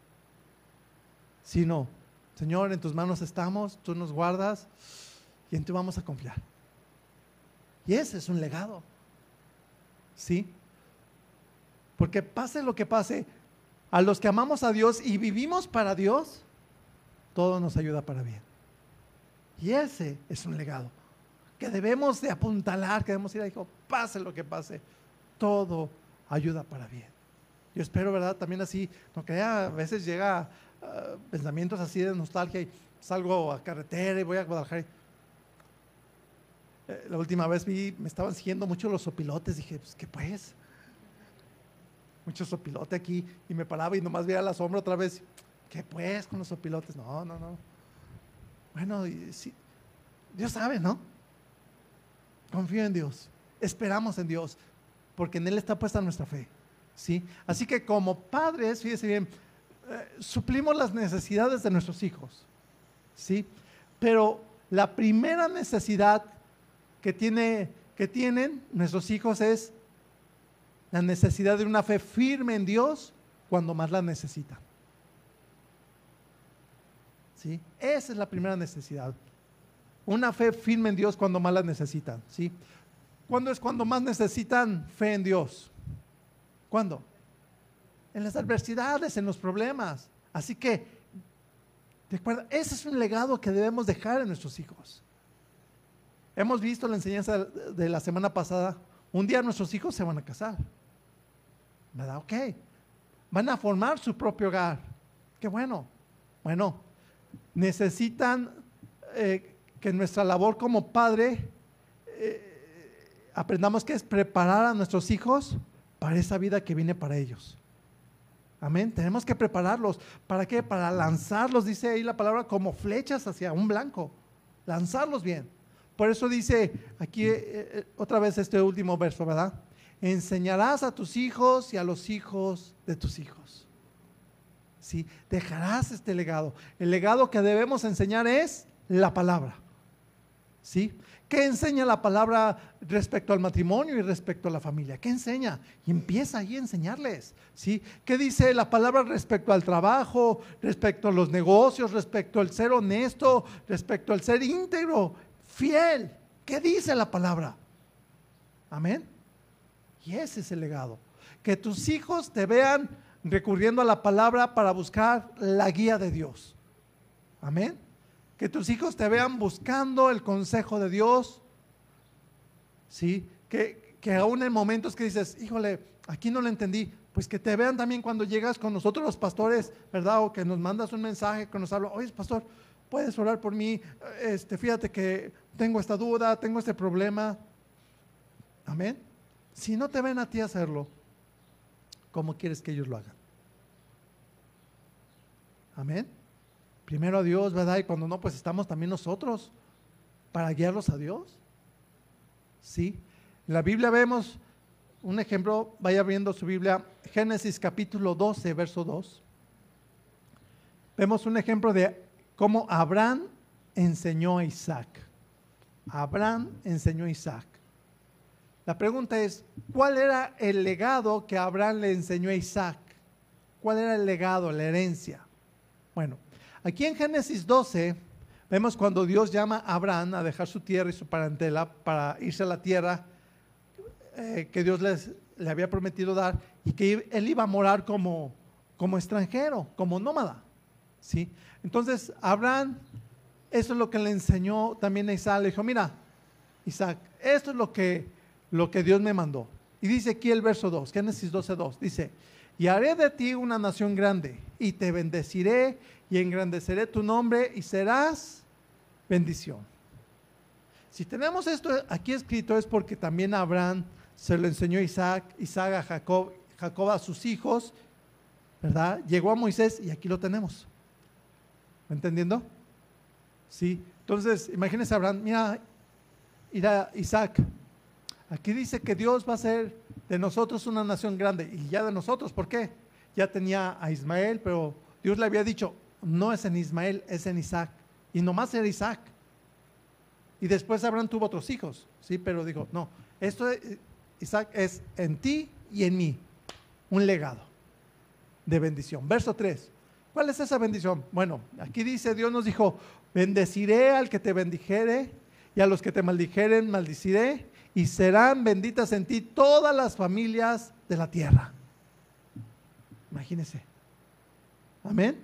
sino, Señor, en tus manos estamos, tú nos guardas y en ti vamos a confiar. Y ese es un legado, ¿sí? Porque pase lo que pase, a los que amamos a Dios y vivimos para Dios, todo nos ayuda para bien. Y ese es un legado que debemos de apuntalar, que debemos ir a decir, pase lo que pase, todo ayuda para bien. Yo espero, ¿verdad? También así, no que a veces llega uh, pensamientos así de nostalgia y salgo a carretera y voy a Guadalajara. Eh, la última vez vi, me estaban siguiendo mucho los sopilotes, dije, pues, ¿qué pues? Mucho sopilote aquí, y me paraba y nomás veía la sombra otra vez. ¿Qué pues con los sopilotes? No, no, no. Bueno, y, sí, Dios sabe, ¿no? Confío en Dios, esperamos en Dios, porque en Él está puesta nuestra fe, ¿sí? Así que como padres, fíjese bien, eh, suplimos las necesidades de nuestros hijos, ¿sí? Pero la primera necesidad que, tiene, que tienen nuestros hijos es la necesidad de una fe firme en Dios cuando más la necesitan. ¿Sí? Esa es la primera necesidad. Una fe firme en Dios cuando más la necesitan. ¿Sí? ¿Cuándo es cuando más necesitan fe en Dios? ¿Cuándo? En las adversidades, en los problemas. Así que, recuerda, ese es un legado que debemos dejar en nuestros hijos. Hemos visto la enseñanza de la semana pasada. Un día nuestros hijos se van a casar, ¿verdad? Ok. Van a formar su propio hogar. Qué bueno. Bueno, necesitan eh, que nuestra labor como padre eh, aprendamos que es preparar a nuestros hijos para esa vida que viene para ellos. Amén. Tenemos que prepararlos. ¿Para qué? Para lanzarlos, dice ahí la palabra, como flechas hacia un blanco. Lanzarlos bien. Por eso dice aquí eh, otra vez este último verso, ¿verdad? Enseñarás a tus hijos y a los hijos de tus hijos. ¿Sí? Dejarás este legado. El legado que debemos enseñar es la palabra. ¿Sí? ¿Qué enseña la palabra respecto al matrimonio y respecto a la familia? ¿Qué enseña? Y empieza ahí a enseñarles. ¿Sí? ¿Qué dice la palabra respecto al trabajo, respecto a los negocios, respecto al ser honesto, respecto al ser íntegro, fiel? ¿Qué dice la palabra? Amén. Y ese es el legado. Que tus hijos te vean recurriendo a la palabra para buscar la guía de Dios. Amén. Que tus hijos te vean buscando el consejo de Dios. Sí. Que, que aún en momentos que dices, híjole, aquí no lo entendí, pues que te vean también cuando llegas con nosotros los pastores, ¿verdad? O que nos mandas un mensaje, que nos habla, oye, pastor, puedes orar por mí, este, fíjate que tengo esta duda, tengo este problema. Amén. Si no te ven a ti hacerlo, ¿cómo quieres que ellos lo hagan? Amén. Primero a Dios, ¿verdad? Y cuando no, pues estamos también nosotros para guiarlos a Dios. Sí. En la Biblia vemos un ejemplo, vaya abriendo su Biblia, Génesis capítulo doce, verso dos. Vemos un ejemplo de cómo Abraham enseñó a Isaac. Abraham enseñó a Isaac. La pregunta es, ¿cuál era el legado que Abraham le enseñó a Isaac? ¿Cuál era el legado, la herencia? Bueno, aquí en Génesis doce vemos cuando Dios llama a Abraham a dejar su tierra y su parentela para irse a la tierra eh, que Dios les, le había prometido dar, y que él iba a morar como, como extranjero, como nómada, ¿sí? Entonces Abraham, eso es lo que le enseñó también a Isaac. Le dijo, mira, Isaac, esto es lo que, lo que Dios me mandó. Y dice aquí el verso dos, Génesis doce dos, dice, y haré de ti una nación grande, y te bendeciré, y engrandeceré tu nombre, y serás bendición. Si tenemos esto aquí escrito es porque también Abraham se lo enseñó a Isaac, Isaac a Jacob, Jacob a sus hijos, ¿verdad? Llegó a Moisés y aquí lo tenemos. ¿Me entendiendo? Sí. Entonces, imagínense Abraham, mira, mira Isaac, aquí dice que Dios va a hacer de nosotros una nación grande, y ya de nosotros, ¿por qué? Ya tenía a Ismael, pero Dios le había dicho, no es en Ismael, es en Isaac, y nomás era Isaac. Y después Abraham tuvo otros hijos, sí, pero dijo, no, esto es, Isaac es en ti y en mí, un legado de bendición. Verso tres, ¿cuál es esa bendición? Bueno, aquí dice, Dios nos dijo, bendeciré al que te bendijere, y a los que te maldijeren maldiciré, y serán benditas en ti todas las familias de la tierra. Imagínense. Amén.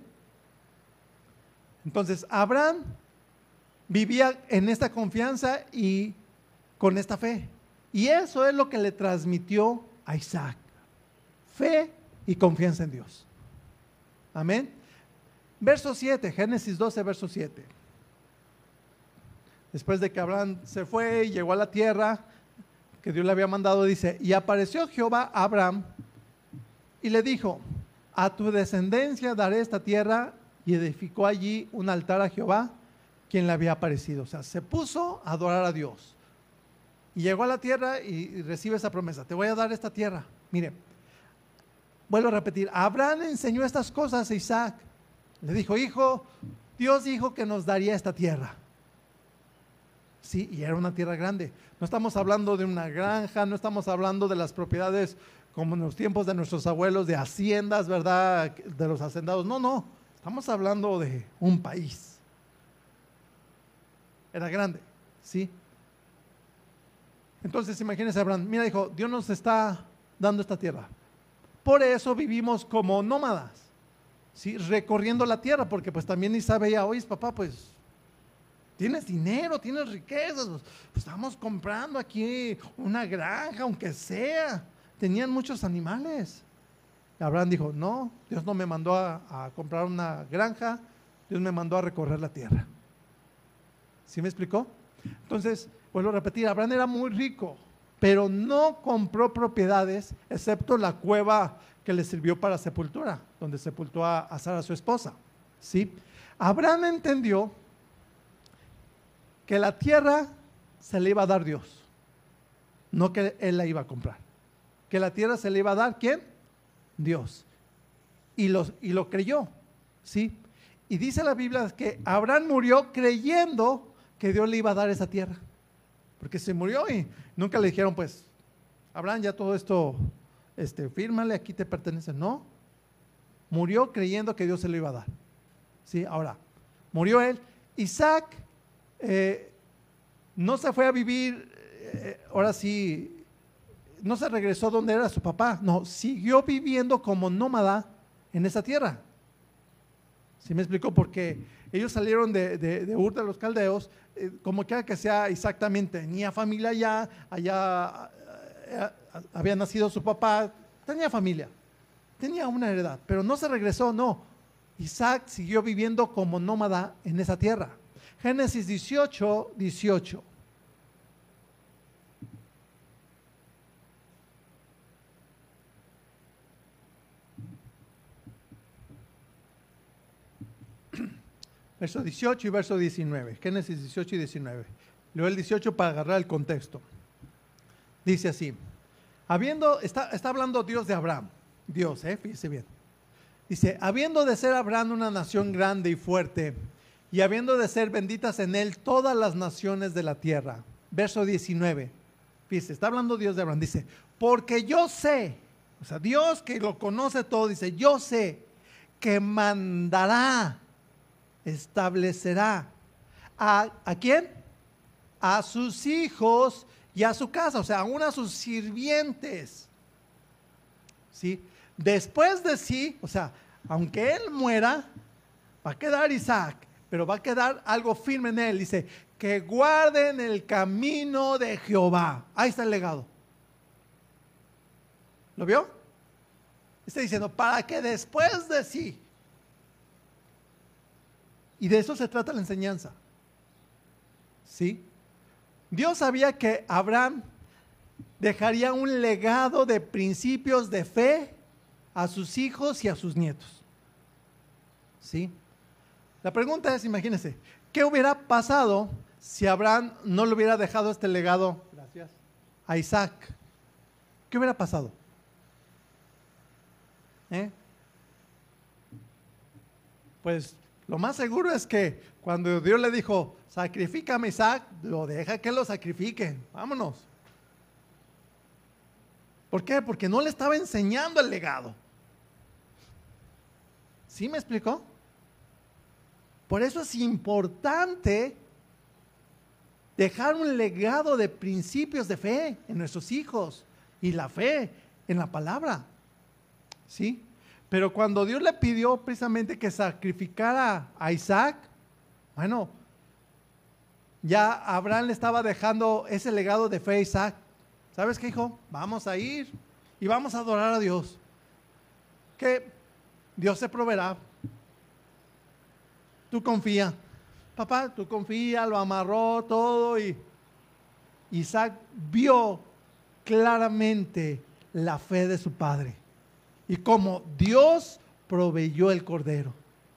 Entonces, Abraham vivía en esta confianza y con esta fe. Y eso es lo que le transmitió a Isaac. Fe y confianza en Dios. Amén. Verso siete, Génesis doce, verso siete. Después de que Abraham se fue y llegó a la tierra que Dios le había mandado, dice, y apareció Jehová a Abraham y le dijo, a tu descendencia daré esta tierra, y edificó allí un altar a Jehová, quien le había aparecido. O sea, se puso a adorar a Dios. Y llegó a la tierra y recibe esa promesa, te voy a dar esta tierra. Mire, vuelvo a repetir, Abraham enseñó estas cosas a Isaac. Le dijo, hijo, Dios dijo que nos daría esta tierra. Sí, y era una tierra grande. No estamos hablando de una granja, no estamos hablando de las propiedades como en los tiempos de nuestros abuelos, de haciendas, ¿verdad? De los hacendados. No, no, estamos hablando de un país. Era grande, ¿sí? Entonces imagínense Abraham, mira hijo, Dios nos está dando esta tierra. Por eso vivimos como nómadas, ¿sí? Recorriendo la tierra, porque pues también Isaac veía, oye papá, pues tienes dinero, tienes riquezas, pues, estamos comprando aquí una granja, aunque sea. Tenían muchos animales. Abraham dijo, no, Dios no me mandó a, a comprar una granja, Dios me mandó a recorrer la tierra. ¿Sí me explicó? Entonces, vuelvo a repetir, Abraham era muy rico, pero no compró propiedades, excepto la cueva que le sirvió para sepultura, donde sepultó a, a Sara, su esposa. ¿Sí? Abraham entendió que la tierra se le iba a dar Dios, no que él la iba a comprar. Que la tierra se le iba a dar, ¿quién? Dios. Y lo, y lo creyó, ¿sí? Y dice la Biblia que Abraham murió creyendo que Dios le iba a dar esa tierra. Porque se murió y nunca le dijeron, pues, Abraham, ya todo esto, este, fírmale, aquí te pertenece. No, murió creyendo que Dios se lo iba a dar. ¿Sí? Ahora, murió él. Isaac eh, no se fue a vivir, eh, ahora sí, no se regresó donde era su papá, no, siguió viviendo como nómada en esa tierra. ¿Sí me explicó? Porque ellos salieron de, de, de Ur de los Caldeos, eh, como quiera que sea, Isaac también tenía familia allá, allá eh, había nacido su papá, tenía familia, tenía una heredad, pero no se regresó, no. Isaac siguió viviendo como nómada en esa tierra. Génesis dieciocho, dieciocho. Verso dieciocho y verso diecinueve. Génesis dieciocho y diecinueve. Leo el dieciocho para agarrar el contexto. Dice así, habiendo, está, está hablando Dios de Abraham. Dios, eh, fíjese bien. Dice, habiendo de ser Abraham una nación grande y fuerte, y habiendo de ser benditas en él todas las naciones de la tierra. Verso diecinueve. Fíjese, está hablando Dios de Abraham. Dice, porque yo sé O sea, Dios que lo conoce todo, dice, yo sé que mandará, establecerá. ¿A, ¿a quién? A sus hijos y a su casa, o sea, aún a sus sirvientes. ¿Sí? Después de sí, o sea, aunque él muera, va a quedar Isaac, pero va a quedar algo firme en él. Dice, que guarden el camino de Jehová. Ahí está el legado. ¿Lo vio? Está diciendo, para que después de sí. Y de eso se trata la enseñanza. ¿Sí? Dios sabía que Abraham dejaría un legado de principios de fe a sus hijos y a sus nietos. ¿Sí? La pregunta es, imagínense, ¿qué hubiera pasado si Abraham no le hubiera dejado este legado Gracias. a Isaac? ¿Qué hubiera pasado? ¿Eh? Pues lo más seguro es que cuando Dios le dijo, sacrifícame Isaac, lo deja que lo sacrifique, vámonos. ¿Por qué? Porque no le estaba enseñando el legado. ¿Sí me explicó? Por eso es importante dejar un legado de principios de fe en nuestros hijos y la fe en la palabra. ¿Sí? Pero cuando Dios le pidió precisamente que sacrificara a Isaac, bueno, ya Abraham le estaba dejando ese legado de fe a Isaac. ¿Sabes qué, hijo? Vamos a ir y vamos a adorar a Dios. Que Dios se proveerá. Tú confía. Papá, tú confía, lo amarró todo y Isaac vio claramente la fe de su padre. Y como Dios proveyó el cordero.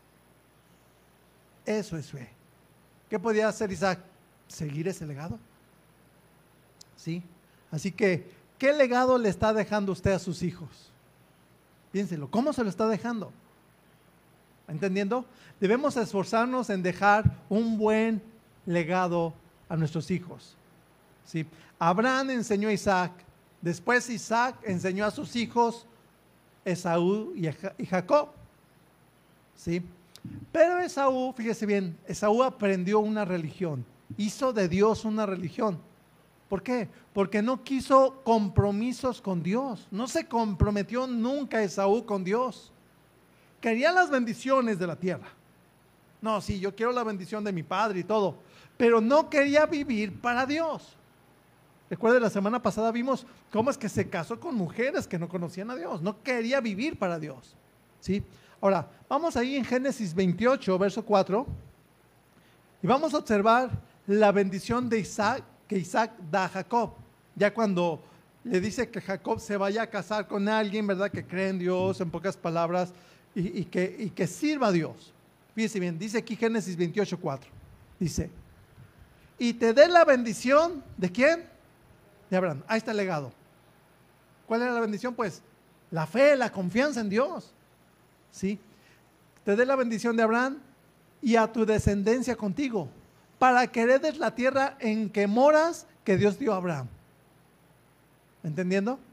Eso es fe. ¿Qué podía hacer Isaac? Seguir ese legado. ¿Sí? Así que, ¿qué legado le está dejando usted a sus hijos? Piénselo, ¿cómo se lo está dejando? ¿Entendiendo? Debemos esforzarnos en dejar un buen legado a nuestros hijos. ¿Sí? Abraham enseñó a Isaac, después Isaac enseñó a sus hijos Esaú y Jacob. ¿Sí? Pero Esaú, fíjese bien, Esaú aprendió una religión, hizo de Dios una religión. ¿Por qué? Porque no quiso compromisos con Dios, no se comprometió nunca Esaú con Dios. Quería las bendiciones de la tierra. No, sí, yo quiero la bendición de mi padre y todo, pero no quería vivir para Dios. Recuerden, la semana pasada vimos cómo es que se casó con mujeres que no conocían a Dios, no quería vivir para Dios. ¿Sí? Ahora, vamos ahí en Génesis veintiocho, verso cuatro, y vamos a observar la bendición de Isaac, que Isaac da a Jacob. Ya cuando le dice que Jacob se vaya a casar con alguien, ¿verdad? Que cree en Dios, en pocas palabras, y, y, que, y que sirva a Dios. Fíjense bien, dice aquí Génesis veintiocho, cuatro. Dice, y te dé la bendición, ¿de quién? De Abraham. Ahí está el legado. ¿Cuál era la bendición? Pues la fe, la confianza en Dios. ¿Sí? Te dé la bendición de Abraham y a tu descendencia contigo, para que heredes la tierra en que moras, que Dios dio a Abraham. ¿Entendiendo?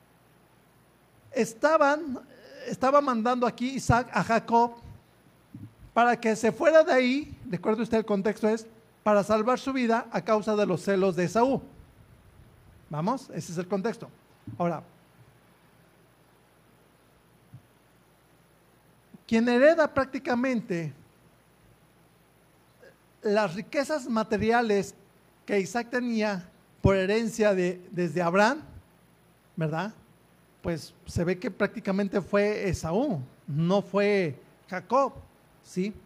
Estaban, estaba mandando aquí Isaac a Jacob para que se fuera de ahí, recuerde usted el contexto es, para salvar su vida a causa de los celos de Esaú. ¿Vamos? Ese es el contexto. Ahora, quien hereda prácticamente las riquezas materiales que Isaac tenía por herencia de, desde Abraham, ¿verdad? Pues se ve que prácticamente fue Esaú, no fue Jacob, ¿sí?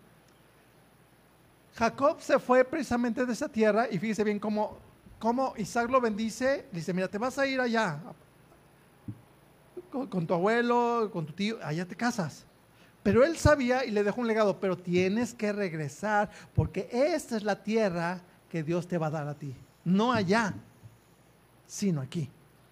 Jacob se fue precisamente de esa tierra y fíjese bien cómo, cómo Isaac lo bendice, dice, mira, te vas a ir allá con, con tu abuelo, con tu tío, allá te casas. Pero él sabía y le dejó un legado, pero tienes que regresar porque esta es la tierra que Dios te va a dar a ti. No allá, sino aquí.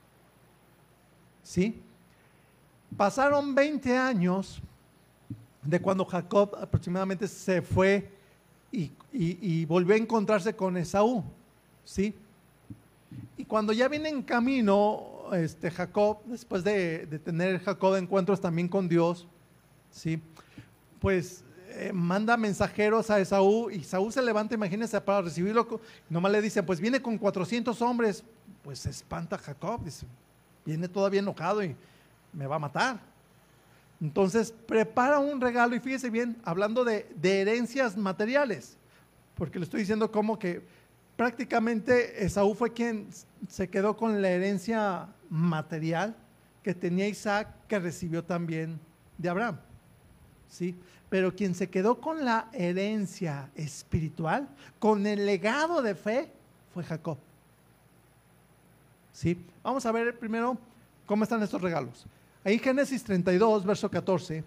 ¿Sí? Pasaron veinte años de cuando Jacob aproximadamente se fue y, y, y volvió a encontrarse con Esaú. ¿Sí? Y cuando ya viene en camino este, Jacob, después de, de tener Jacob encuentros también con Dios, ¿sí? Pues eh, manda mensajeros a Esaú y Esaú se levanta, imagínense, para recibirlo. Nomás le dicen, pues viene con cuatrocientos hombres. Pues se espanta Jacob, dice, viene todavía enojado y me va a matar. Entonces prepara un regalo y fíjese bien, hablando de, de herencias materiales, porque le estoy diciendo como que prácticamente Esaú fue quien se quedó con la herencia material que tenía Isaac, que recibió también de Abraham, ¿sí? Pero quien se quedó con la herencia espiritual, con el legado de fe, fue Jacob, ¿sí? Vamos a ver primero cómo están estos regalos. Ahí Génesis treinta y dos, verso catorce,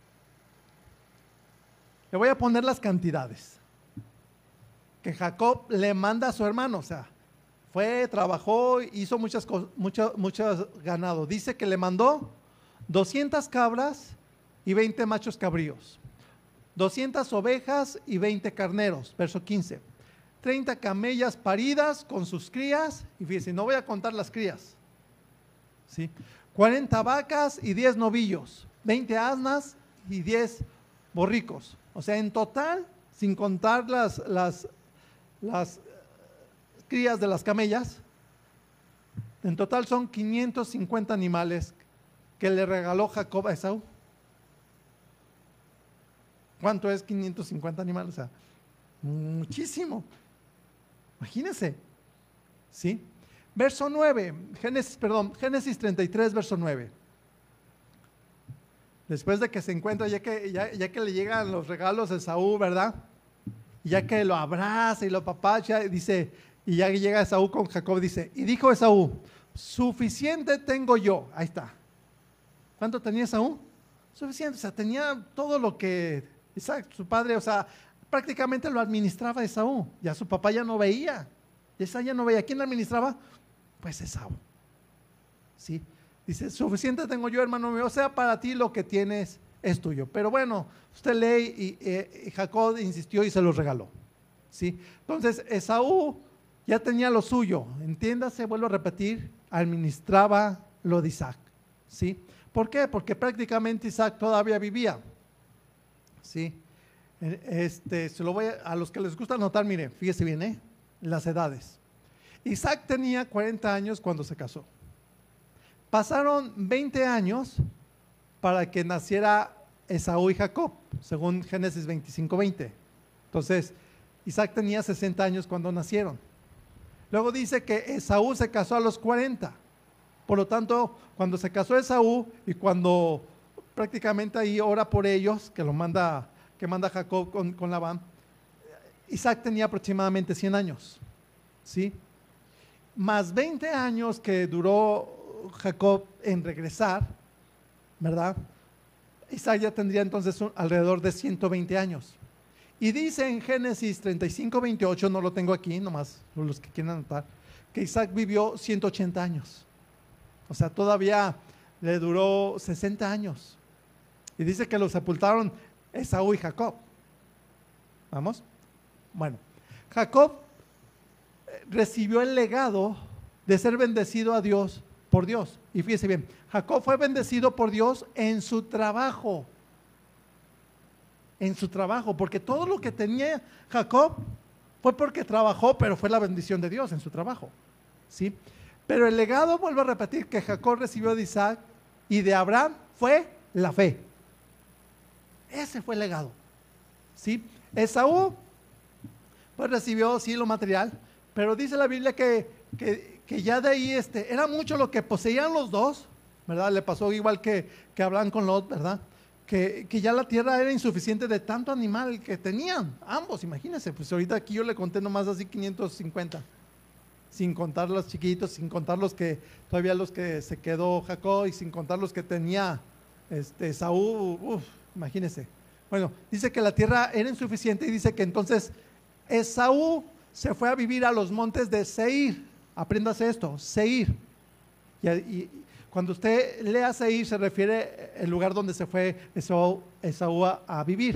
le voy a poner las cantidades que Jacob le manda a su hermano. O sea, fue, trabajó, hizo muchas cosas, muchas, muchas ganado. Dice que le mandó doscientas cabras y veinte machos cabríos, doscientas ovejas y veinte carneros, verso quince, treinta camellas paridas con sus crías, y fíjense, no voy a contar las crías, ¿sí? cuarenta vacas y diez novillos, veinte asnas y diez borricos. O sea, en total, sin contar las, las, las crías de las camellas, en total son quinientos cincuenta animales que le regaló Jacob a Esaú. ¿Cuánto es quinientos cincuenta animales? O sea, muchísimo. Imagínense, ¿sí? Verso nueve, Génesis, perdón, Génesis treinta y tres, verso nueve. Después de que se encuentra, ya que, ya, ya que le llegan los regalos a Esaú, ¿verdad? Ya que lo abraza y lo apapacha, dice, y ya llega Esaú con Jacob, dice, y dijo Esaú, suficiente tengo yo. Ahí está. ¿Cuánto tenía Esaú? Suficiente, o sea, tenía todo lo que Isaac, su padre, o sea, prácticamente lo administraba Esaú. Ya su papá ya no veía. Isaac ya no veía. ¿Quién lo administraba? Pues Esaú. ¿Sí? Dice, suficiente tengo yo, hermano mío, o sea, para ti lo que tienes es tuyo. Pero bueno, usted lee y, y, y Jacob insistió y se los regaló, ¿sí? Entonces, Esaú ya tenía lo suyo, entiéndase, vuelvo a repetir, administraba lo de Isaac, ¿sí? ¿Por qué? Porque prácticamente Isaac todavía vivía, ¿sí? Este, se lo voy a, a los que les gusta anotar, mire, fíjese bien, ¿eh? Las edades. Isaac tenía cuarenta años cuando se casó. Pasaron veinte años para que naciera Esaú y Jacob, según Génesis veinticinco, veinte. Entonces, Isaac tenía sesenta años cuando nacieron. Luego dice que Esaú se casó a los cuarenta. Por lo tanto, cuando se casó Esaú y cuando prácticamente ahí ora por ellos, que lo manda, que manda Jacob con, con Labán, Isaac tenía aproximadamente cien años, ¿sí? Más veinte años que duró Jacob en regresar, ¿verdad? Isaac ya tendría entonces un, alrededor de ciento veinte años. Y dice en Génesis treinta y cinco, veintiocho, no lo tengo aquí, nomás los que quieran anotar, que Isaac vivió ciento ochenta años. O sea, todavía le duró sesenta años. Y dice que lo sepultaron Esaú y Jacob. ¿Vamos? Bueno, Jacob recibió el legado de ser bendecido a Dios por Dios. Y fíjese bien, Jacob fue bendecido por Dios en su trabajo. En su trabajo, porque todo lo que tenía Jacob fue porque trabajó, pero fue la bendición de Dios en su trabajo, ¿sí? Pero el legado, vuelvo a repetir, que Jacob recibió de Isaac y de Abraham fue la fe. Ese fue el legado, ¿sí? Esaú pues recibió sí lo material, pero dice la Biblia que, que, que ya de ahí este, era mucho lo que poseían los dos, ¿verdad? Le pasó igual que, que Abraham con Lot, ¿verdad? Que, que ya la tierra era insuficiente de tanto animal que tenían, ambos, imagínense, pues ahorita aquí yo le conté nomás así quinientos cincuenta, sin contar los chiquitos, sin contar los que, todavía los que se quedó Jacob y sin contar los que tenía este, Saúl, uf, imagínense. Bueno, dice que la tierra era insuficiente y dice que entonces Esaú se fue a vivir a los montes de Seir. Apréndase esto, Seir. Y, y cuando usted lea Seir se refiere al lugar donde se fue Esaú, Esaú a, a vivir.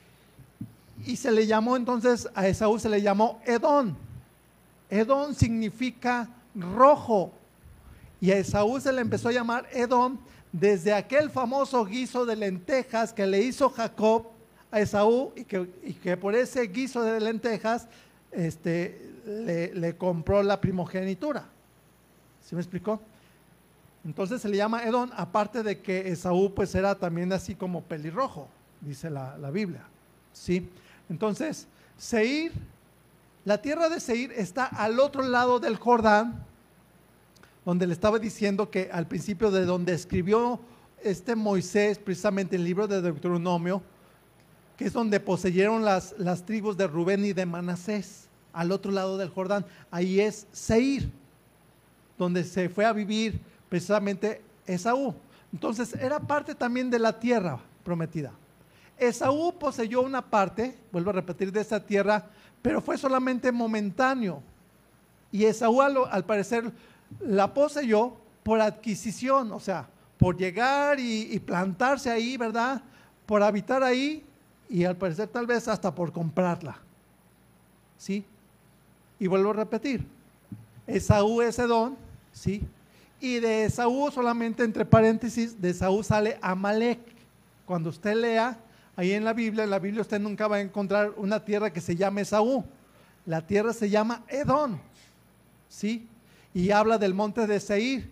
Y se le llamó entonces, a Esaú se le llamó Edom. Edom significa rojo. Y a Esaú se le empezó a llamar Edom desde aquel famoso guiso de lentejas que le hizo Jacob a Esaú y que, y que por ese guiso de lentejas este, le, le compró la primogenitura. ¿Sí me explicó? Entonces se le llama Edom, aparte de que Esaú pues era también así como pelirrojo, dice la, la Biblia. ¿Sí? Entonces, Seir, la tierra de Seir está al otro lado del Jordán, donde le estaba diciendo que al principio de donde escribió este Moisés, precisamente el libro de Deuteronomio, que es donde poseyeron las, las tribus de Rubén y de Manasés, al otro lado del Jordán. Ahí es Seir, donde se fue a vivir precisamente Esaú. Entonces era parte también de la tierra prometida. Esaú poseyó una parte, vuelvo a repetir, de esa tierra, pero fue solamente momentáneo. Y Esaú al, al parecer la poseyó por adquisición, o sea, por llegar y, y plantarse ahí, ¿verdad? Por habitar ahí y al parecer tal vez hasta por comprarla. ¿Sí? Y vuelvo a repetir, Esaú es Edom, ¿sí? Y de Esaú, solamente entre paréntesis, de Esaú sale Amalek. Cuando usted lea ahí en la Biblia, en la Biblia usted nunca va a encontrar una tierra que se llame Esaú. La tierra se llama Edom, ¿sí? Y habla del monte de Seir,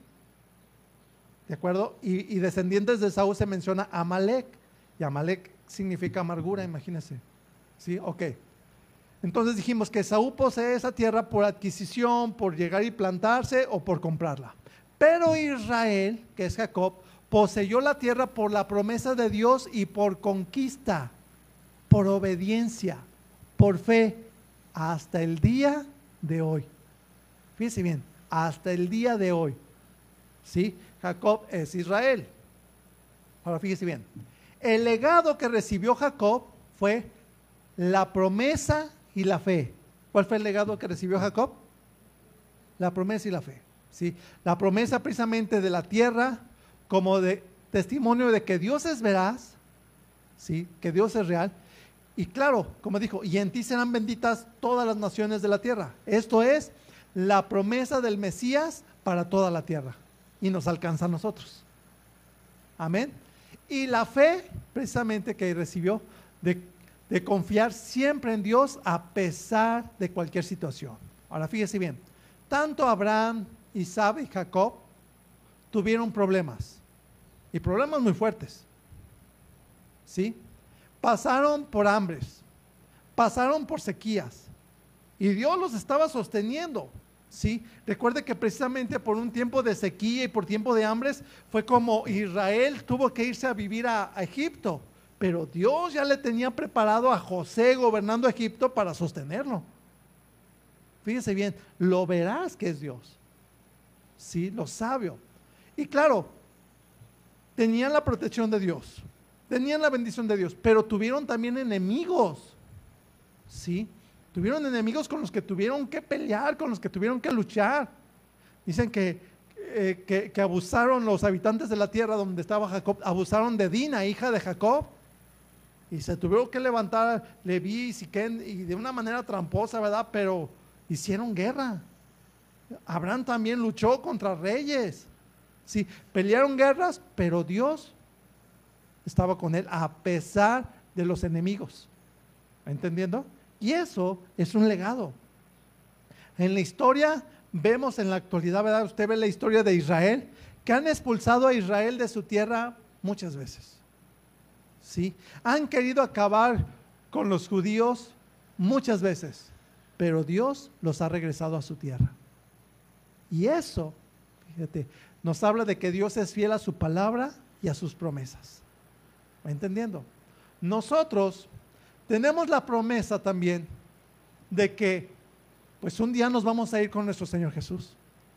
¿de acuerdo? Y, y descendientes de Esaú se menciona Amalek, y Amalek significa amargura, imagínense. ¿Sí? Ok. Entonces dijimos que Esaú posee esa tierra por adquisición, por llegar y plantarse o por comprarla. Pero Israel, que es Jacob, poseyó la tierra por la promesa de Dios y por conquista, por obediencia, por fe, hasta el día de hoy. Fíjense bien, hasta el día de hoy. ¿Sí? Jacob es Israel. Ahora fíjense bien, el legado que recibió Jacob fue la promesa y la fe. ¿Cuál fue el legado que recibió Jacob? La promesa y la fe. ¿Sí? La promesa precisamente de la tierra como de testimonio de que Dios es veraz, ¿sí? Que Dios es real. Y claro, como dijo, y en ti serán benditas todas las naciones de la tierra. Esto es la promesa del Mesías para toda la tierra y nos alcanza a nosotros. Amén. Y la fe precisamente que recibió de, de confiar siempre en Dios a pesar de cualquier situación. Ahora fíjese bien, tanto Abraham, Isaac y Jacob tuvieron problemas y problemas muy fuertes. ¿Sí? Pasaron por hambres, pasaron por sequías y Dios los estaba sosteniendo. ¿Sí? Recuerde que precisamente por un tiempo de sequía y por tiempo de hambres fue como Israel tuvo que irse a vivir a, a Egipto, pero Dios ya le tenía preparado a José gobernando Egipto para sostenerlo. Fíjense bien, lo verás que es Dios. Sí, lo sabio. Y claro, tenían la protección de Dios, tenían la bendición de Dios, pero tuvieron también enemigos. Sí. Tuvieron enemigos con los que tuvieron que pelear, con los que tuvieron que luchar. Dicen que, eh, que, que abusaron los habitantes de la tierra donde estaba Jacob, abusaron de Dina, hija de Jacob, y se tuvieron que levantar Leví y Siquén, y de una manera tramposa, ¿verdad? Pero hicieron guerra. Abraham también luchó contra reyes. Sí, pelearon guerras, pero Dios estaba con él a pesar de los enemigos. ¿Entendiendo? Y eso es un legado. En la historia, vemos en la actualidad, ¿verdad? Usted ve la historia de Israel, que han expulsado a Israel de su tierra muchas veces. ¿Sí? Han querido acabar con los judíos muchas veces, pero Dios los ha regresado a su tierra. Y eso, fíjate, nos habla de que Dios es fiel a su palabra y a sus promesas. ¿Va entendiendo? Nosotros tenemos la promesa también de que pues un día nos vamos a ir con nuestro Señor Jesús.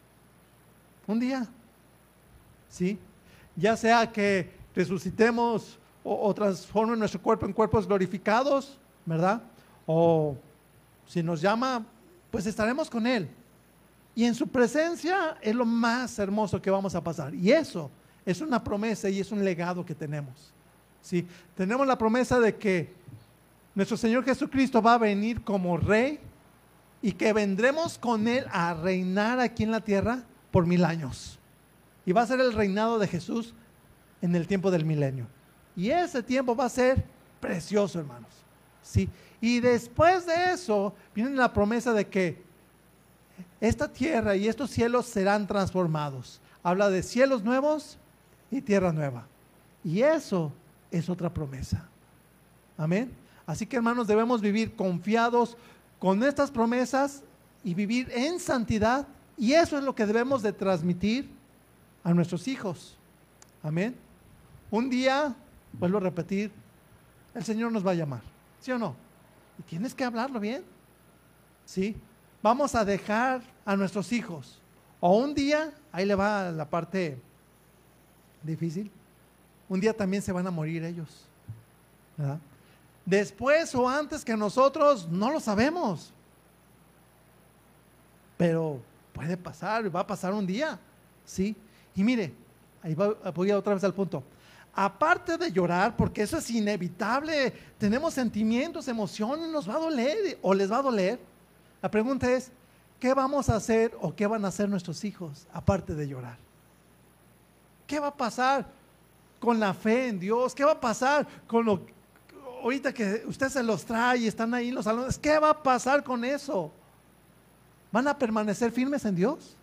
Un día. ¿Sí? Ya sea que resucitemos o, o transformen nuestro cuerpo en cuerpos glorificados, ¿verdad? O si nos llama, pues estaremos con Él. Y en su presencia es lo más hermoso que vamos a pasar. Y eso es una promesa y es un legado que tenemos. ¿Sí? Tenemos la promesa de que nuestro Señor Jesucristo va a venir como Rey y que vendremos con Él a reinar aquí en la tierra por mil años. Y va a ser el reinado de Jesús en el tiempo del milenio. Y ese tiempo va a ser precioso, hermanos. ¿Sí? Y después de eso viene la promesa de que esta tierra y estos cielos serán transformados. Habla de cielos nuevos y tierra nueva. Y eso es otra promesa. Amén. Así que, hermanos, debemos vivir confiados con estas promesas y vivir en santidad. Y eso es lo que debemos de transmitir a nuestros hijos. Amén. Un día, vuelvo a repetir, el Señor nos va a llamar. ¿Sí o no? Y tienes que hablarlo bien. ¿Sí? Vamos a dejar a nuestros hijos. O un día, ahí le va la parte difícil, un día también se van a morir ellos, ¿verdad? Después o antes que nosotros, no lo sabemos. Pero puede pasar, va a pasar un día, ¿sí? Y mire, ahí va, voy otra vez al punto. Aparte de llorar, porque eso es inevitable, tenemos sentimientos, emociones, nos va a doler o les va a doler. La pregunta es, ¿qué vamos a hacer o qué van a hacer nuestros hijos aparte de llorar? ¿Qué va a pasar con la fe en Dios? ¿Qué va a pasar con lo ahorita que usted se los trae y están ahí en los salones? ¿Qué va a pasar con eso? ¿Van a permanecer firmes en Dios?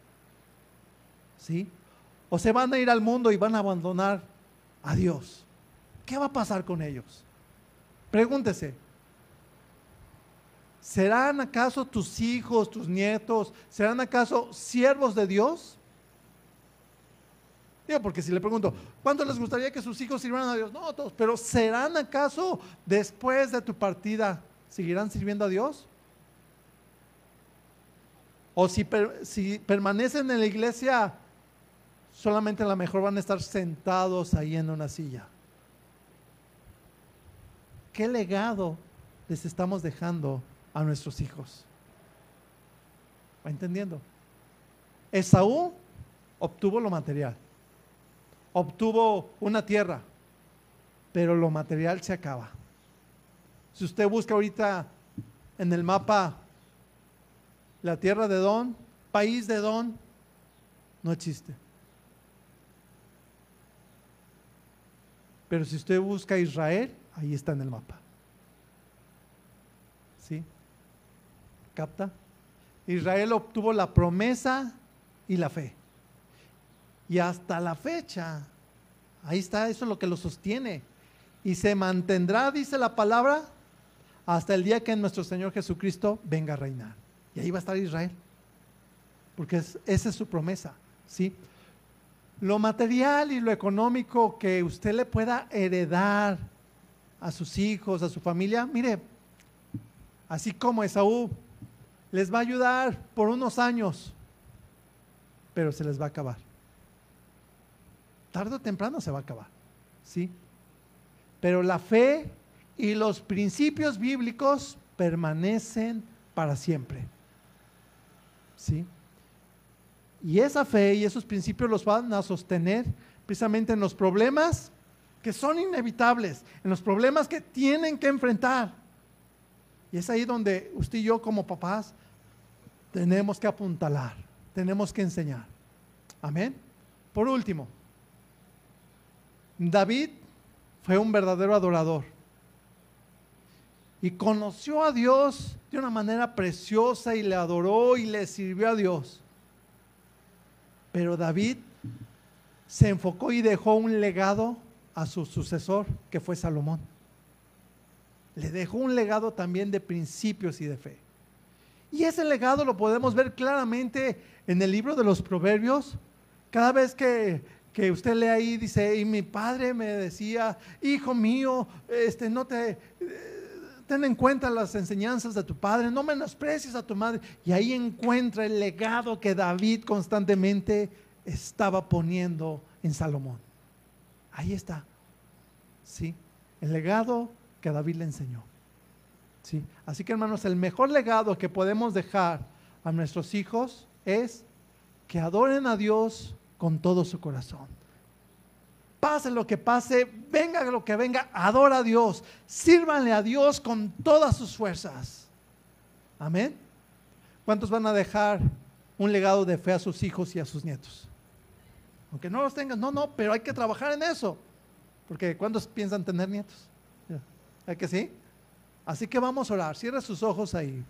¿Sí? ¿O se van a ir al mundo y van a abandonar a Dios? ¿Qué va a pasar con ellos? Pregúntese. ¿Serán acaso tus hijos, tus nietos, serán acaso siervos de Dios? Digo, porque si le pregunto, ¿cuánto les gustaría que sus hijos sirvieran a Dios? No, todos, pero ¿serán acaso después de tu partida, seguirán sirviendo a Dios? O si, per, si permanecen en la iglesia, solamente a lo mejor van a estar sentados ahí en una silla. ¿Qué legado les estamos dejando a nuestros hijos? ¿Va entendiendo? Esaú obtuvo lo material, obtuvo una tierra, pero lo material se acaba. Si usted busca ahorita en el mapa la tierra de Edom, país de Edom, no existe. Pero si usted busca Israel, ahí está en el mapa. ¿Sí? ¿Capta? Israel obtuvo la promesa y la fe. Y hasta la fecha, ahí está, eso es lo que lo sostiene. Y se mantendrá, dice la palabra, hasta el día que nuestro Señor Jesucristo venga a reinar. Y ahí va a estar Israel. Porque es, esa es su promesa, ¿sí? Lo material y lo económico que usted le pueda heredar a sus hijos, a su familia, mire, así como Esaú, les va a ayudar por unos años, pero se les va a acabar. Tarde o temprano se va a acabar, ¿sí? Pero la fe y los principios bíblicos permanecen para siempre, ¿sí? Y esa fe y esos principios los van a sostener precisamente en los problemas que son inevitables, en los problemas que tienen que enfrentar. Y es ahí donde usted y yo como papás tenemos que apuntalar, tenemos que enseñar. Amén. Por último, David fue un verdadero adorador y conoció a Dios de una manera preciosa y le adoró y le sirvió a Dios. Pero David se enfocó y dejó un legado a su sucesor, que fue Salomón. Le dejó un legado también de principios y de fe. Y ese legado lo podemos ver claramente en el libro de los Proverbios. Cada vez que, que usted lee ahí, dice, y mi padre me decía, hijo mío, este, no te... ten en cuenta las enseñanzas de tu padre, no menosprecies a tu madre. Y ahí encuentra el legado que David constantemente estaba poniendo en Salomón. Ahí está, ¿sí? El legado que David le enseñó, ¿sí? Así que, hermanos, el mejor legado que podemos dejar a nuestros hijos es que adoren a Dios con todo su corazón. Pase lo que pase, venga lo que venga, adora a Dios, sírvanle a Dios con todas sus fuerzas. Amén. ¿Cuántos van a dejar un legado de fe a sus hijos y a sus nietos? Aunque no los tengas, no, no, pero hay que trabajar en eso. Porque ¿cuántos piensan tener nietos? ¿Hay que sí? Así que vamos a orar. Cierra sus ojos ahí.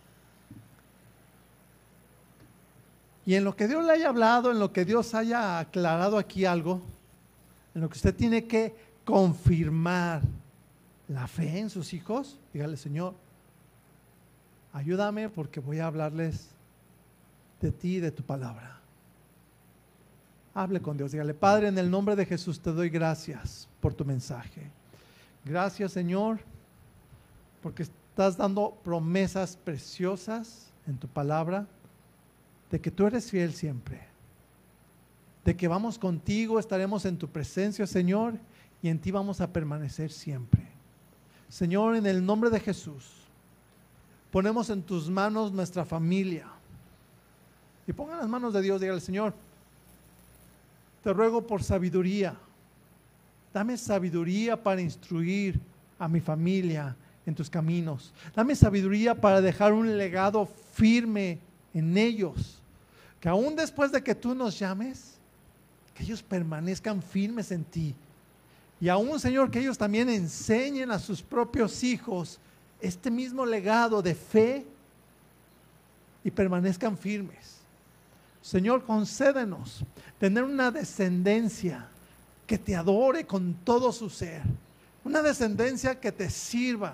Y en lo que Dios le haya hablado, en lo que Dios haya aclarado aquí algo, en lo que usted tiene que confirmar la fe en sus hijos, dígale: Señor, ayúdame porque voy a hablarles de ti y de tu palabra. Hable con Dios, dígale: Padre, en el nombre de Jesús te doy gracias por tu mensaje. Gracias, Señor, porque estás dando promesas preciosas en tu palabra, de que tú eres fiel siempre, de que vamos contigo, estaremos en tu presencia, Señor, y en ti vamos a permanecer siempre. Señor, en el nombre de Jesús, ponemos en tus manos nuestra familia. Y pongan las manos de Dios, dígale: Señor, te ruego por sabiduría. Dame sabiduría para instruir a mi familia en tus caminos. Dame sabiduría para dejar un legado firme en ellos. Que aún después de que tú nos llames, que ellos permanezcan firmes en ti. Y aún, Señor, que ellos también enseñen a sus propios hijos este mismo legado de fe y permanezcan firmes. Señor, concédenos tener una descendencia que te adore con todo su ser, una descendencia que te sirva.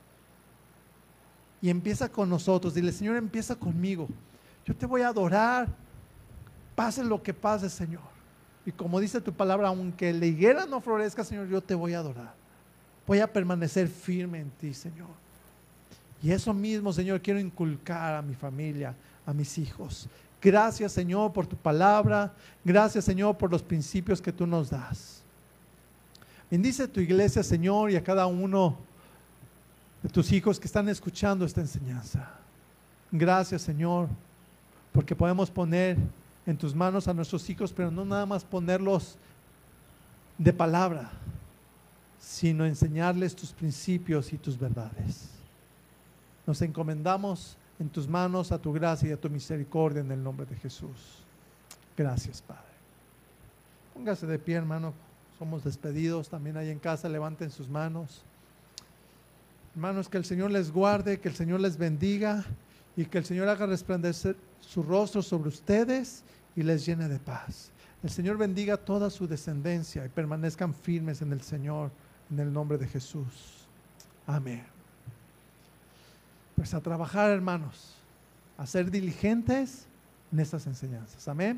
Y empieza con nosotros. Dile: Señor, empieza conmigo. Yo te voy a adorar, pase lo que pase, Señor. Y como dice tu palabra, aunque la higuera no florezca, Señor, yo te voy a adorar. Voy a permanecer firme en ti, Señor. Y eso mismo, Señor, quiero inculcar a mi familia, a mis hijos. Gracias, Señor, por tu palabra. Gracias, Señor, por los principios que tú nos das. Bendice tu iglesia, Señor, y a cada uno de tus hijos que están escuchando esta enseñanza. Gracias, Señor, porque podemos poner en tus manos a nuestros hijos, pero no nada más ponerlos de palabra, sino enseñarles tus principios y tus verdades. Nos encomendamos en tus manos, a tu gracia y a tu misericordia, en el nombre de Jesús. Gracias, Padre. Póngase de pie, hermano. Somos despedidos. También ahí en casa, levanten sus manos. Hermanos, que el Señor les guarde, que el Señor les bendiga y que el Señor haga resplandecer su rostro sobre ustedes y les llene de paz. El Señor bendiga toda su descendencia y permanezcan firmes en el Señor, en el nombre de Jesús. Amén. Pues a trabajar, hermanos, a ser diligentes en estas enseñanzas. Amén.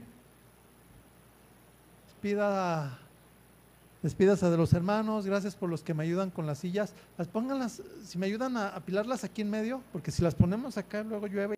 Despida, despídase de los hermanos. Gracias por los que me ayudan con las sillas. Las pónganlas, si me ayudan a apilarlas aquí en medio, porque si las ponemos acá luego llueve.